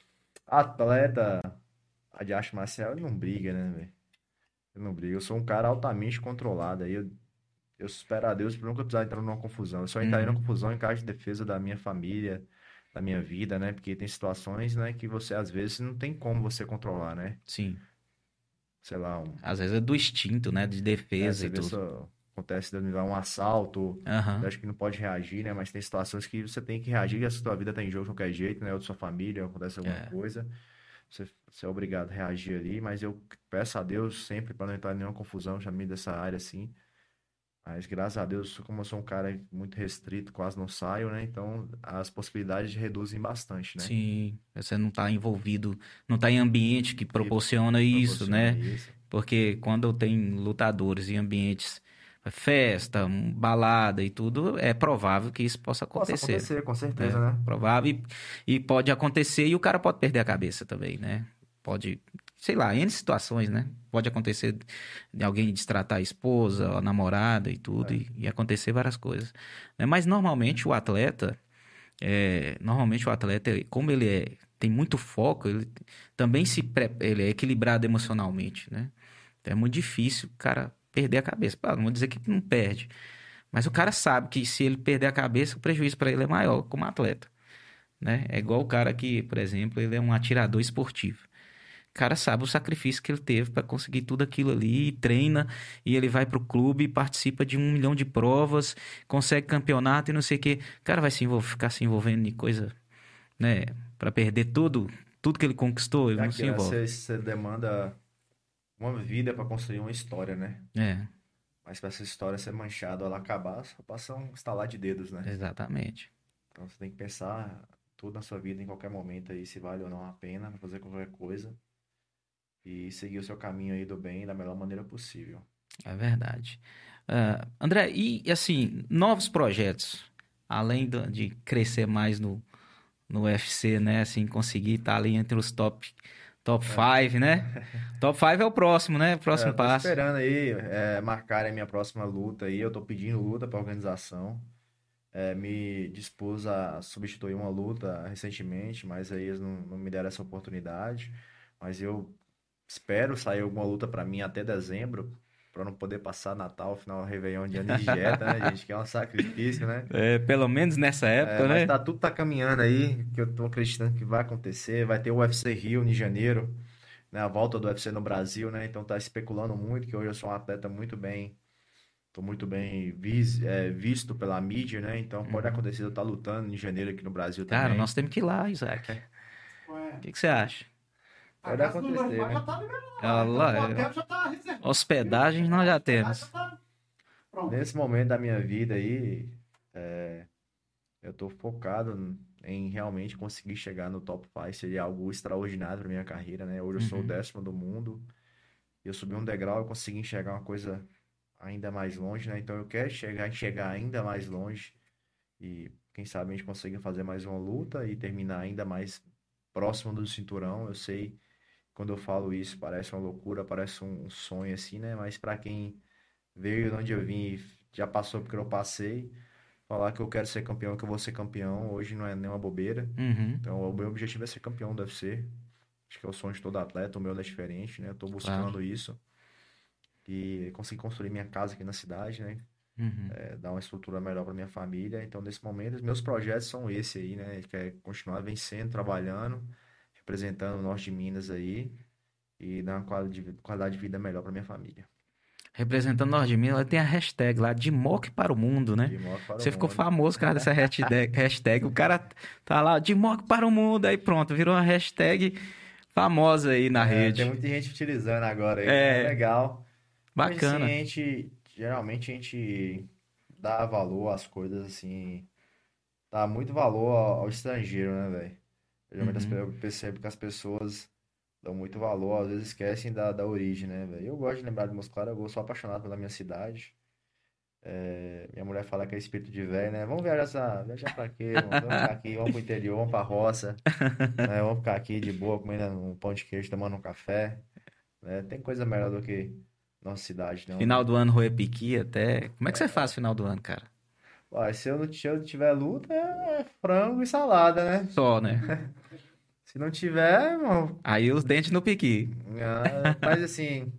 atleta de arte marcial, ele não briga, né, velho? Ele não briga. Eu sou um cara altamente controlado. Aí eu, eu espero a Deus pra nunca precisar entrar numa confusão. Eu só entraria numa Uhum. confusão em caso de defesa da minha família, da minha vida, né? Porque tem situações, né, que você às vezes não tem como você controlar, né? Sim. Sei lá, um, Às vezes é do instinto, né? De é, defesa você e vê tudo. só acontece de um assalto, você Aham. acha que não pode reagir, né? Mas tem situações que você tem que reagir, e a sua vida tá em jogo de qualquer jeito, né? Ou da sua família, acontece alguma É. coisa, você, você é obrigado a reagir ali, mas eu peço a Deus sempre para não entrar em nenhuma confusão, já me dessa área assim. Mas graças a Deus, como eu sou um cara muito restrito, quase não saio, né? Então as possibilidades reduzem bastante, né? Sim. Você não tá envolvido, não tá em ambiente que Que proporciona isso, proporciona né? isso. Porque quando tem lutadores em ambientes, festa, um, balada e tudo, é provável que isso possa Possa acontecer, acontecer, com certeza, né? né? Provável e, e pode acontecer e o cara pode perder a cabeça também, né? Pode, sei lá, N situações, né? Pode acontecer de alguém destratar a esposa, a namorada e tudo, É. e, e acontecer várias coisas, né? Mas normalmente o atleta, é, normalmente o atleta, ele- como ele é, tem muito foco, ele também se pre- ele é equilibrado emocionalmente, né? Então é muito difícil o cara perder a cabeça. Pá, não vou dizer que não perde, mas o cara sabe que se ele perder a cabeça, o prejuízo para ele é maior como atleta, né? É igual o cara que, por exemplo, ele é um atirador esportivo. O cara sabe o sacrifício que ele teve para conseguir tudo aquilo ali, e treina, e ele vai pro clube, participa de um milhão de provas, consegue campeonato e não sei o quê. O cara vai se envolver, ficar se envolvendo em coisa, né, para perder tudo, tudo que ele conquistou, ele É não se aquilo, né? envolve. Você, você demanda uma vida para construir uma história, né? É, Mas para essa história ser manchada, ela acabar, só passa um estalar de dedos, né? exatamente. Então você tem que pensar tudo na sua vida em qualquer momento aí, se vale ou não a pena pra fazer qualquer coisa e seguir o seu caminho aí do bem da melhor maneira possível. É verdade. Ah, André, e assim, novos projetos, além do- de crescer mais no, no U F C, né? Assim, conseguir estar ali entre os top, top É, cinco, né? Top cinco é o próximo, né? é, Próximo eu tô passo. esperando aí é, marcarem a minha próxima luta aí. Eu tô pedindo luta pra organização. É, me dispus a substituir uma luta recentemente, mas aí eles não, não me deram essa oportunidade. Mas eu espero sair alguma luta pra mim até dezembro, pra não poder passar Natal, final, Réveillon de ano de dieta, né, gente? Que é um sacrifício, né? É, pelo menos nessa É, época, mas né? tá, tudo tá caminhando aí, que eu tô acreditando que vai acontecer. Vai ter o U F C Rio em janeiro, né? A volta do U F C no Brasil, né? Então tá especulando muito, que hoje eu sou um atleta muito bem, tô muito bem vis- é, visto pela mídia, né? Então pode Uhum. acontecer de eu estar lutando em janeiro aqui no Brasil Cara, também. nós temos que ir lá, Isaac. O Ué, que que você acha? A Pode casa do meu acontecer, pai né? já tá liberada. Ah, Então, lá, o é. hotel já tá reservado. Hospedagem nós já A temos. casa tá- Pronto. Nesse momento da minha vida aí, é, eu tô focado em realmente conseguir chegar no top cinco. Seria algo extraordinário pra minha carreira, né? Hoje eu sou o Uhum. décimo do mundo. Eu subi um degrau, eu consegui enxergar uma coisa ainda mais longe, né? Então eu quero chegar, chegar ainda mais longe. E quem sabe a gente consiga fazer mais uma luta e terminar ainda mais próximo do cinturão. Eu sei, quando eu falo isso, parece uma loucura, parece um sonho assim, né? Mas pra quem veio de onde eu vim e já passou porque eu passei, falar que eu quero ser campeão, que eu vou ser campeão, hoje não é nenhuma bobeira. Uhum. Então, o meu objetivo é ser campeão do U F C. Acho que é o sonho de todo atleta, o meu não é diferente, né? Eu tô buscando Claro. isso. E conseguir construir minha casa aqui na cidade, né? Uhum. É, dar uma estrutura melhor para minha família. Então, nesse momento, os meus projetos são esse aí, né? Que é continuar vencendo, trabalhando, representando o norte de Minas aí e dar uma quali- qualidade de vida melhor para minha família. Representando Norte de Minas, ela tem a hashtag lá, de mock para o mundo, né? De moto para o Você ficou mundo. famoso por causa dessa hashtag, hashtag. O cara tá lá, de mock para o mundo, aí pronto, virou uma hashtag famosa aí na É, rede. tem muita gente utilizando agora aí, É. é legal. Mas assim, Bacana. a gente, geralmente a gente dá valor às coisas assim, dá muito valor ao, ao estrangeiro, né, velho? Geralmente as pe- Uhum. eu percebo que as pessoas dão muito valor, às vezes esquecem da, da origem, né, velho? Eu gosto de lembrar de meus claros, eu sou apaixonado pela minha cidade. É, minha mulher fala que é espírito de velho, né? Vamos viajar, essa, viajar pra quê, mano? Vamos ficar aqui, vamos pro interior, vamos pra roça, né? Vamos ficar aqui de boa, comendo um pão de queijo, tomando um café, né? Tem coisa melhor do que nossa cidade, não, Final né? do ano, Roê Piqui até. Como é que você faz final do ano, cara? Ué, se eu não se eu tiver luta, é frango e salada, né? Só, né? Se não tiver, irmão, Aí os dentes no piqui. ah, mas assim,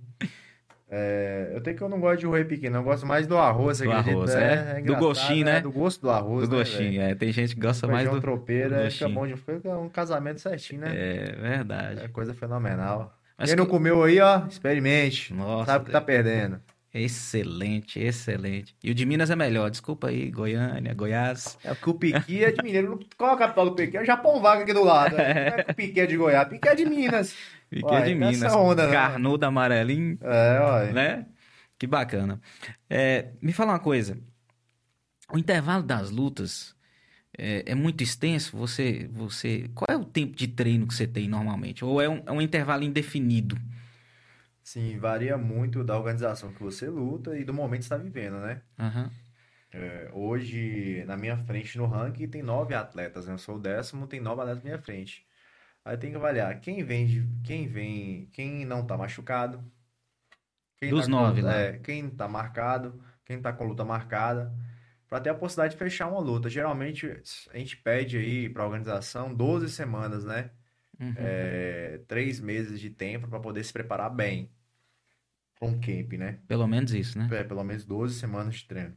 é, eu tenho que eu não gosto de whey pequeno, eu gosto mais do arroz, você Do acredita? arroz, é? É, é Do engraçado, gostinho, né? né? Do gosto do arroz, Do né, gostinho, velho? é. Tem gente que Um gosta mais feijão do, do tropeiro, é, fica gostinho. bom de fica um casamento certinho, né? É verdade. É coisa fenomenal. Mas Quem não co- comeu aí, ó, experimente. Nossa, Sabe o que tá perdendo. excelente, excelente. E o de Minas é melhor. Desculpa aí, Goiânia, Goiás. É porque o Piqui é de Mineiro. Qual é a capital do Piqui? É Japão Vaga aqui do lado. Né? Não é que o Piqui é de Goiás, Piqui é de Minas. Piqui é Uai, de não é Minas. essa onda, não. Carnudo amarelinho, É, uai. né? Que bacana. É, me fala uma coisa. O intervalo das lutas é, é muito extenso? Você, você, qual é o tempo de treino que você tem normalmente? Ou é um, é um intervalo indefinido? Sim, varia muito da organização que você luta e do momento que você está vivendo, né? Aham. É, hoje, na minha frente no ranking, tem nove atletas, né? Eu sou o décimo, tem nove atletas na minha frente. Aí tem que avaliar quem vem, de- quem vem, quem não tá machucado, quem Dos tá com, nove lá. é, quem tá marcado, quem tá com luta marcada, para ter a possibilidade de fechar uma luta. Geralmente, a gente pede aí para a organização doze semanas, né? Uhum. É, três meses de tempo para poder se preparar bem para um camp, né? Pelo menos isso, né? É, pelo menos doze semanas de treino.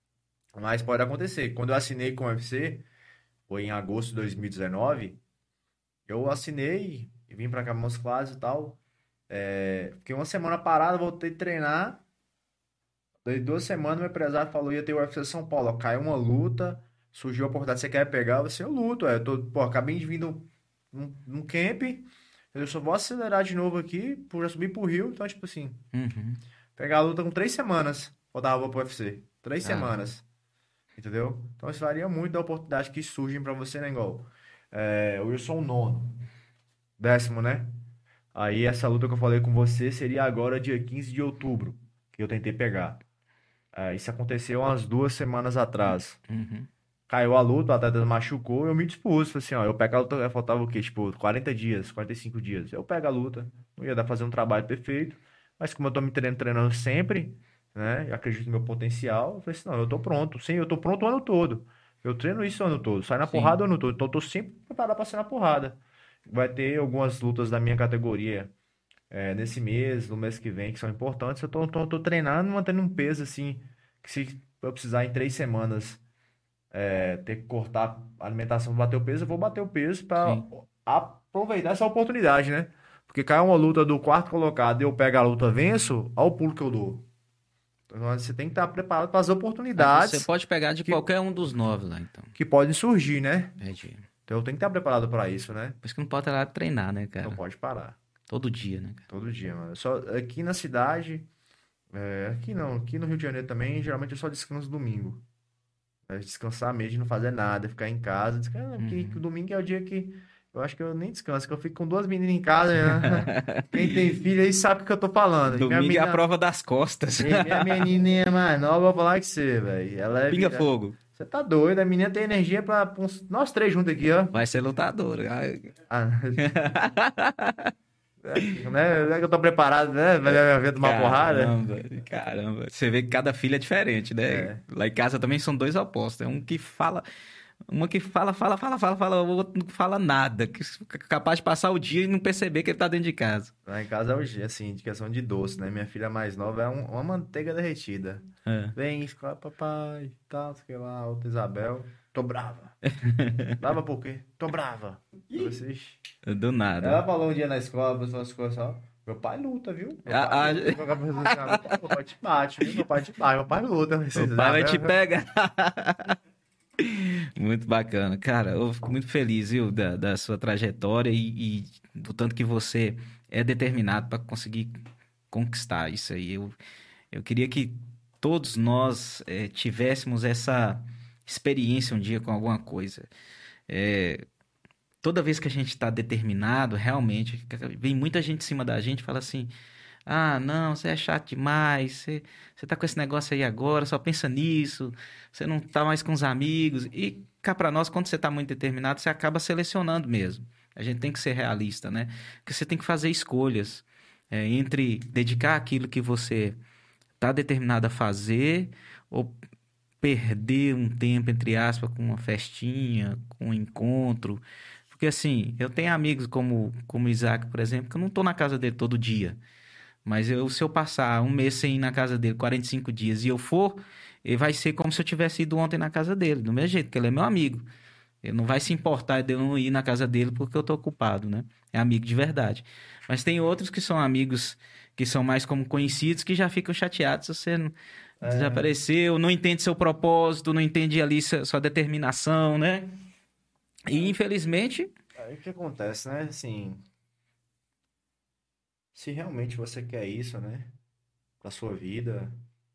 Mas pode acontecer. Quando eu assinei com o U F C, foi em agosto de dois mil e dezenove, eu assinei e vim pra cá para meus classes e tal. É, fiquei uma semana parado, voltei a treinar. Daí duas semanas, meu empresário falou: ia ter o U F C São Paulo. Ó, caiu uma luta, surgiu a oportunidade, você quer pegar? Você, eu luto. É, eu tô, pô, acabei de vir num, num, num camp, eu só vou acelerar de novo aqui, por já subir pro Rio. Então, tipo assim, Uhum. pegar a luta com três semanas, faltava pro U F C. Três Ah, semanas. Entendeu? Então isso varia muito da oportunidade que surgem pra você, né, igual. É, eu sou o nono. Décimo, né? Aí essa luta que eu falei com você seria agora dia quinze de outubro, que eu tentei pegar. É, isso aconteceu umas duas semanas atrás. uhum. Caiu a luta, o atleta machucou, eu me dispus. Falei assim, ó, eu pego a luta, faltava o quê? Tipo, quarenta dias, quarenta e cinco dias. Eu pego a luta, não ia dar pra fazer um trabalho perfeito, mas como eu tô me treinando, treinando sempre, né, e acredito no meu potencial, eu falei assim, não, eu tô pronto. Sim, eu tô pronto o ano todo. Eu treino isso o ano todo, sai na Sim. porrada o ano todo. Então eu tô sempre preparado pra sair na porrada. Vai ter algumas lutas da minha categoria é, nesse mês, no mês que vem, que são importantes. Eu tô, tô, tô treinando, mantendo um peso assim, que se eu precisar em três semanas é, ter que cortar a alimentação para bater o peso, eu vou bater o peso para Sim. aproveitar essa oportunidade, né? Porque cai uma luta do quarto colocado e eu pego a luta, venço, olha o pulo que eu dou. Então você tem que estar preparado para as Mas você oportunidades pode pegar de que- qualquer um dos nove lá, então. que podem surgir, né? Entendi. Então eu tenho que estar preparado para isso, né? Por isso que não pode ir lá treinar, né, cara? Não pode parar. Todo dia, né, cara? Todo dia, mano. Só aqui na cidade, é, aqui não, aqui no Rio de Janeiro também, geralmente eu só descanso domingo. É, descansar mesmo, de não fazer nada, ficar em casa. Descansar, porque o Uhum. domingo é o dia que eu acho que eu nem descanso, que eu fico com duas meninas em casa, né? Quem tem filho aí sabe o que eu tô falando. E minha Domingo é a menina, prova das costas. e minha menininha mais nova, eu vou falar com você, velho. Ela é. Pinga vi- fogo. Você tá doido, a menina tem energia pra, pra uns- nós três juntos aqui, ó. Vai ser lutador. Ai. Ah, né? Não é que eu tô preparado, né? Vai ver tomar porrada. Caramba, caramba. Você vê que cada filho é diferente, né? É. Lá em casa também são dois opostos. É um que fala, uma que fala, fala, fala, fala, fala, o outro não fala nada. Que é capaz de passar o dia e não perceber que ele tá dentro de casa. Lá em casa é o je- assim, de questão de doce, né? Minha filha mais nova é um- uma manteiga derretida. É. Vem, escola, papai, tal, sei lá, outra Isabel. Tô brava. Brava por quê? Tô brava. Eu pensei, "Ixi." Do Ela nada. falou um dia na escola, a pessoa ficou só. Meu pai luta, viu? Meu A- pai a- luta. Meu pai, meu pai te bate, viu? Meu pai te bate, meu pai luta. O Esses pai vai te Isabel- pegar. Muito bacana. Cara, eu fico muito feliz, viu, da, da sua trajetória e, e do tanto que você é determinado para conseguir conquistar isso aí. Eu, eu queria que todos nós eh, tivéssemos essa experiência um dia com alguma coisa. Eh, toda vez que a gente está determinado, realmente, vem muita gente em cima da gente e fala assim: ah, não, você é chato demais, você, você tá com esse negócio aí agora, só pensa nisso, você não tá mais com os amigos. E cá pra nós, quando você tá muito determinado, você acaba selecionando mesmo. A gente tem que ser realista, né? Porque você tem que fazer escolhas é, entre dedicar aquilo que você tá determinado a fazer ou perder um tempo, entre aspas, com uma festinha, com um encontro. Porque assim, eu tenho amigos como, como o Isaac, por exemplo, que eu não tô na casa dele todo dia. Mas eu, se eu passar um mês sem ir na casa dele, quarenta e cinco dias, e eu for, ele vai ser como se eu tivesse ido ontem na casa dele, do mesmo jeito, porque ele é meu amigo. Ele não vai se importar de eu não ir na casa dele porque eu tô ocupado, né? É amigo de verdade. Mas tem outros que são amigos que são mais como conhecidos que já ficam chateados se você não É, desapareceu, não entende seu propósito, não entende ali sua, sua determinação, né? E infelizmente, aí o que acontece, né? Assim, se realmente você quer isso, né? Pra sua vida,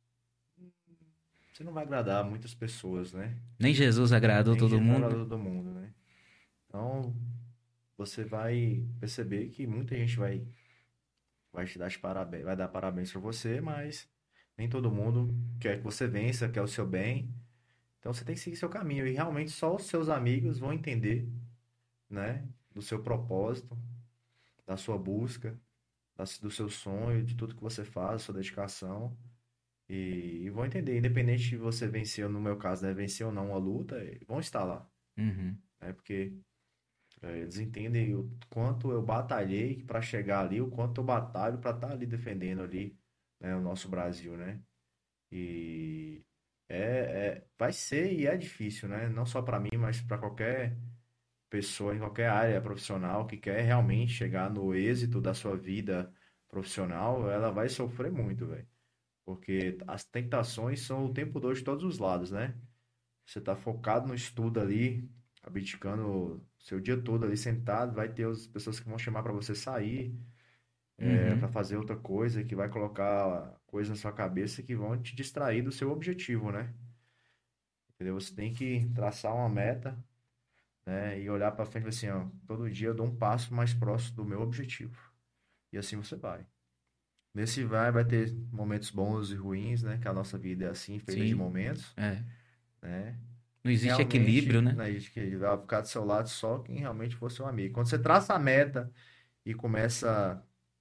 você não vai agradar muitas pessoas, né? nem Jesus agradou Nem todo Jesus vai mundo, agradar né? todo mundo, né? Então, você vai perceber que muita gente vai, vai te dar os parabéns, vai dar parabéns pra você, mas nem todo mundo quer que você vença, quer o seu bem. Então, você tem que seguir seu caminho. E realmente só os seus amigos vão entender, né? Do seu propósito, da sua busca, da- do seu sonho, de tudo que você faz, da sua dedicação. E, e vão entender, independente de você vencer, no meu caso, né? Vencer ou não uma luta, vão estar lá, Uhum, né? Porque é, eles entendem o quanto eu batalhei para chegar ali, o quanto eu batalho para estar ali defendendo ali, né, o nosso Brasil, né? E é, é- vai ser e é difícil, né? Não só para mim, mas para qualquer pessoa em qualquer área profissional que quer realmente chegar no êxito da sua vida profissional, ela vai sofrer muito, velho. Porque as tentações são o tempo todo de todos os lados, né? Você tá focado no estudo ali, abdicando seu dia todo ali sentado, vai ter as pessoas que vão chamar para você sair, é, para uhum, fazer outra coisa, que vai colocar coisas na sua cabeça que vão te distrair do seu objetivo, né? Entendeu? Você tem que traçar uma meta, né? E olhar para frente e assim, ó, todo dia eu dou um passo mais próximo do meu objetivo. E assim você vai. Nesse vai, vai ter momentos bons e ruins, né? Que a nossa vida é assim, feita de sim, momentos, é. né? Não E existe equilíbrio, realmente, né? né, gente, que vai ficar do seu lado só quem realmente for seu amigo. Quando você traça a meta e começa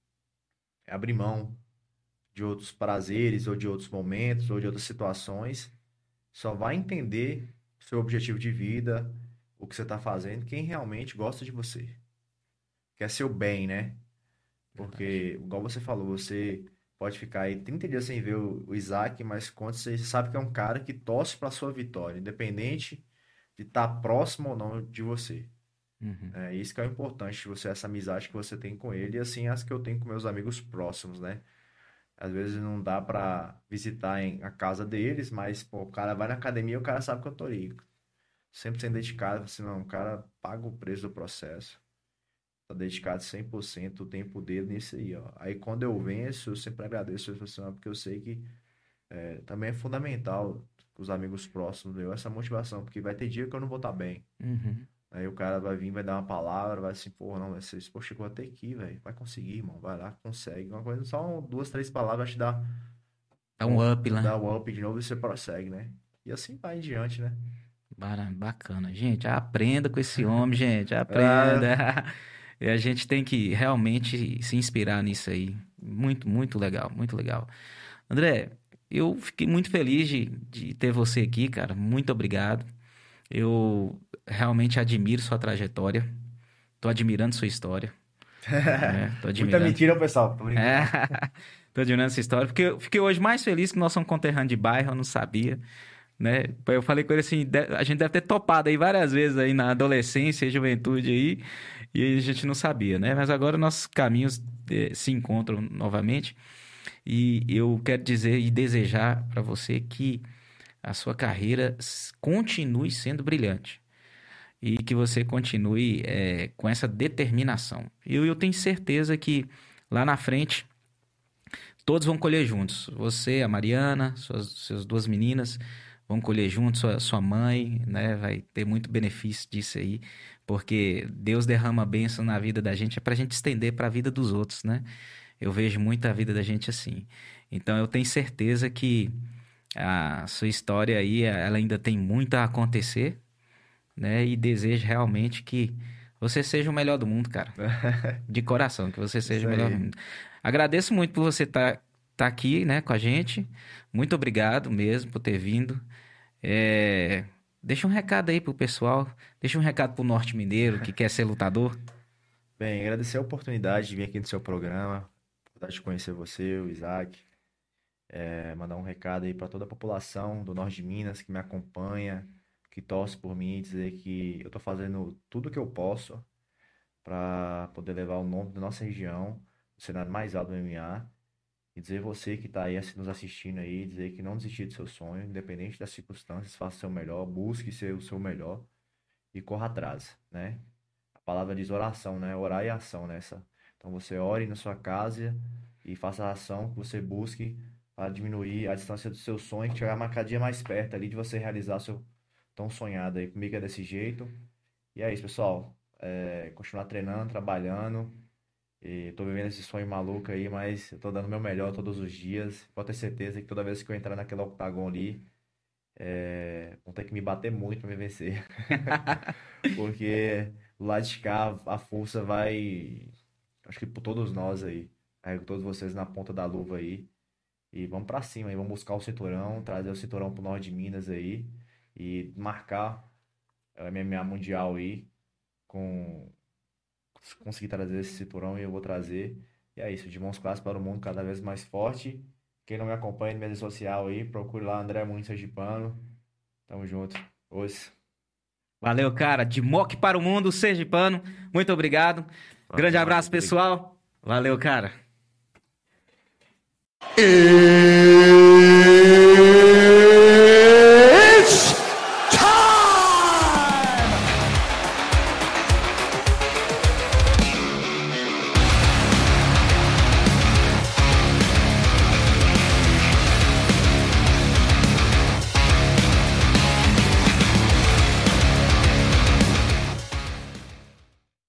a abrir mão de outros prazeres, ou de outros momentos, ou de outras situações, só vai entender seu objetivo de vida, o que você está fazendo, quem realmente gosta de você. Quer seu bem, né? Verdade. Porque, igual você falou, você pode ficar aí trinta dias sem ver o, o Isaac, mas quando você sabe que é um cara que torce para sua vitória, independente de estar próximo ou não de você. Uhum. É isso que é o importante de você, essa amizade que você tem com ele, e assim as que eu tenho com meus amigos próximos, né? Às vezes não dá para visitar em, a casa deles, mas, pô, o cara vai na academia e o cara sabe que eu tô ali. Sempre sendo dedicado, assim, não, o cara paga o preço do processo. tá dedicado cem por cento o tempo dele nisso aí, ó. Aí quando eu venço, eu sempre agradeço a pessoa, porque eu sei que é, também é fundamental com os amigos próximos, eu, essa motivação, porque vai ter dia que eu não vou estar bem. Uhum. Aí o cara vai vir, vai dar uma palavra, vai assim, pô, não, vai ser, pô, chegou até aqui, velho, vai conseguir, irmão, vai lá, consegue. Uma coisa, só um, duas, três palavras te dá, Dá um up, né? dá um up de novo e você prossegue, né? E assim vai em diante, né? Bara- Bacana. Gente, aprenda com esse homem, gente. Ah, Aprenda. E a gente tem que realmente se inspirar nisso aí. Muito, muito legal, muito legal. André, eu fiquei muito feliz de, de ter você aqui, cara. Muito obrigado. Eu realmente admiro sua trajetória. Tô admirando sua história. É, tô muita admirando. mentira, pessoal. Tô brincando. É, tô admirando essa história. Porque eu fiquei hoje mais feliz que nós somos conterrâneos de bairro, eu não sabia. Né? Eu falei com ele assim, de- a gente deve ter topado aí várias vezes aí na adolescência e juventude aí, e aí a gente não sabia, né? Mas agora nossos caminhos eh, se encontram novamente, e eu quero dizer e desejar para você que a sua carreira s- continue sendo brilhante e que você continue eh, com essa determinação. E eu, eu tenho certeza que lá na frente todos vão colher juntos. Você, a Mariana, suas, suas duas meninas vão colher juntos, sua, sua mãe, né? Vai ter muito benefício disso aí, porque Deus derrama bênção na vida da gente, é pra gente estender para a vida dos outros, né? Eu vejo muito a vida da gente assim. Então eu tenho certeza que a sua história aí, ela ainda tem muito a acontecer, né? E desejo realmente que você seja o melhor do mundo, cara. De coração, que você seja Isso o melhor do aí. mundo. Agradeço muito por você estar tá, aqui, né, com a gente. Muito obrigado mesmo por ter vindo. É, Deixa um recado aí pro pessoal. Deixa um recado pro Norte Mineiro que quer ser lutador. Bem, agradecer a oportunidade de vir aqui no seu programa, a oportunidade de conhecer você, o Isaac. É, mandar um recado aí para toda a população do Norte de Minas que me acompanha, que torce por mim, dizer que eu estou fazendo tudo o que eu posso para poder levar o nome da nossa região, o cenário mais alto do M M A, e dizer você que está aí assi- nos assistindo aí, dizer que não desistir do seu sonho, independente das circunstâncias, faça o seu melhor, busque ser o seu melhor e corra atrás, né? A palavra diz oração, né? Orar e ação nessa. Então você ore na sua casa e faça a ação que você busque para diminuir a distância do seu sonho, que chegar cada dia mais perto ali de você realizar seu tão sonhado aí. Comigo é desse jeito. E é isso, pessoal. É, continuar treinando, trabalhando. E tô vivendo esse sonho maluco aí, mas eu tô dando o meu melhor todos os dias. Pode ter certeza que toda vez que eu entrar naquele octagon ali, é, vão ter que me bater muito para me vencer. Porque do lado de cá a força vai, acho que por todos nós aí. Carrego todos vocês na ponta da luva aí. E vamos pra cima aí, vamos buscar o cinturão, trazer o cinturão pro norte de Minas aí. E marcar a M M A mundial aí. Com conseguir trazer esse cinturão e eu vou trazer. E é isso, de mãos claras para o mundo cada vez mais forte. Quem não me acompanha na minha rede social aí, procure lá André Muniz Sergipano. Tamo junto. Os. Valeu, cara. De Moc para o mundo, Sergipano. Muito obrigado. Grande Valeu, abraço, Rodrigo. pessoal. Valeu, cara. E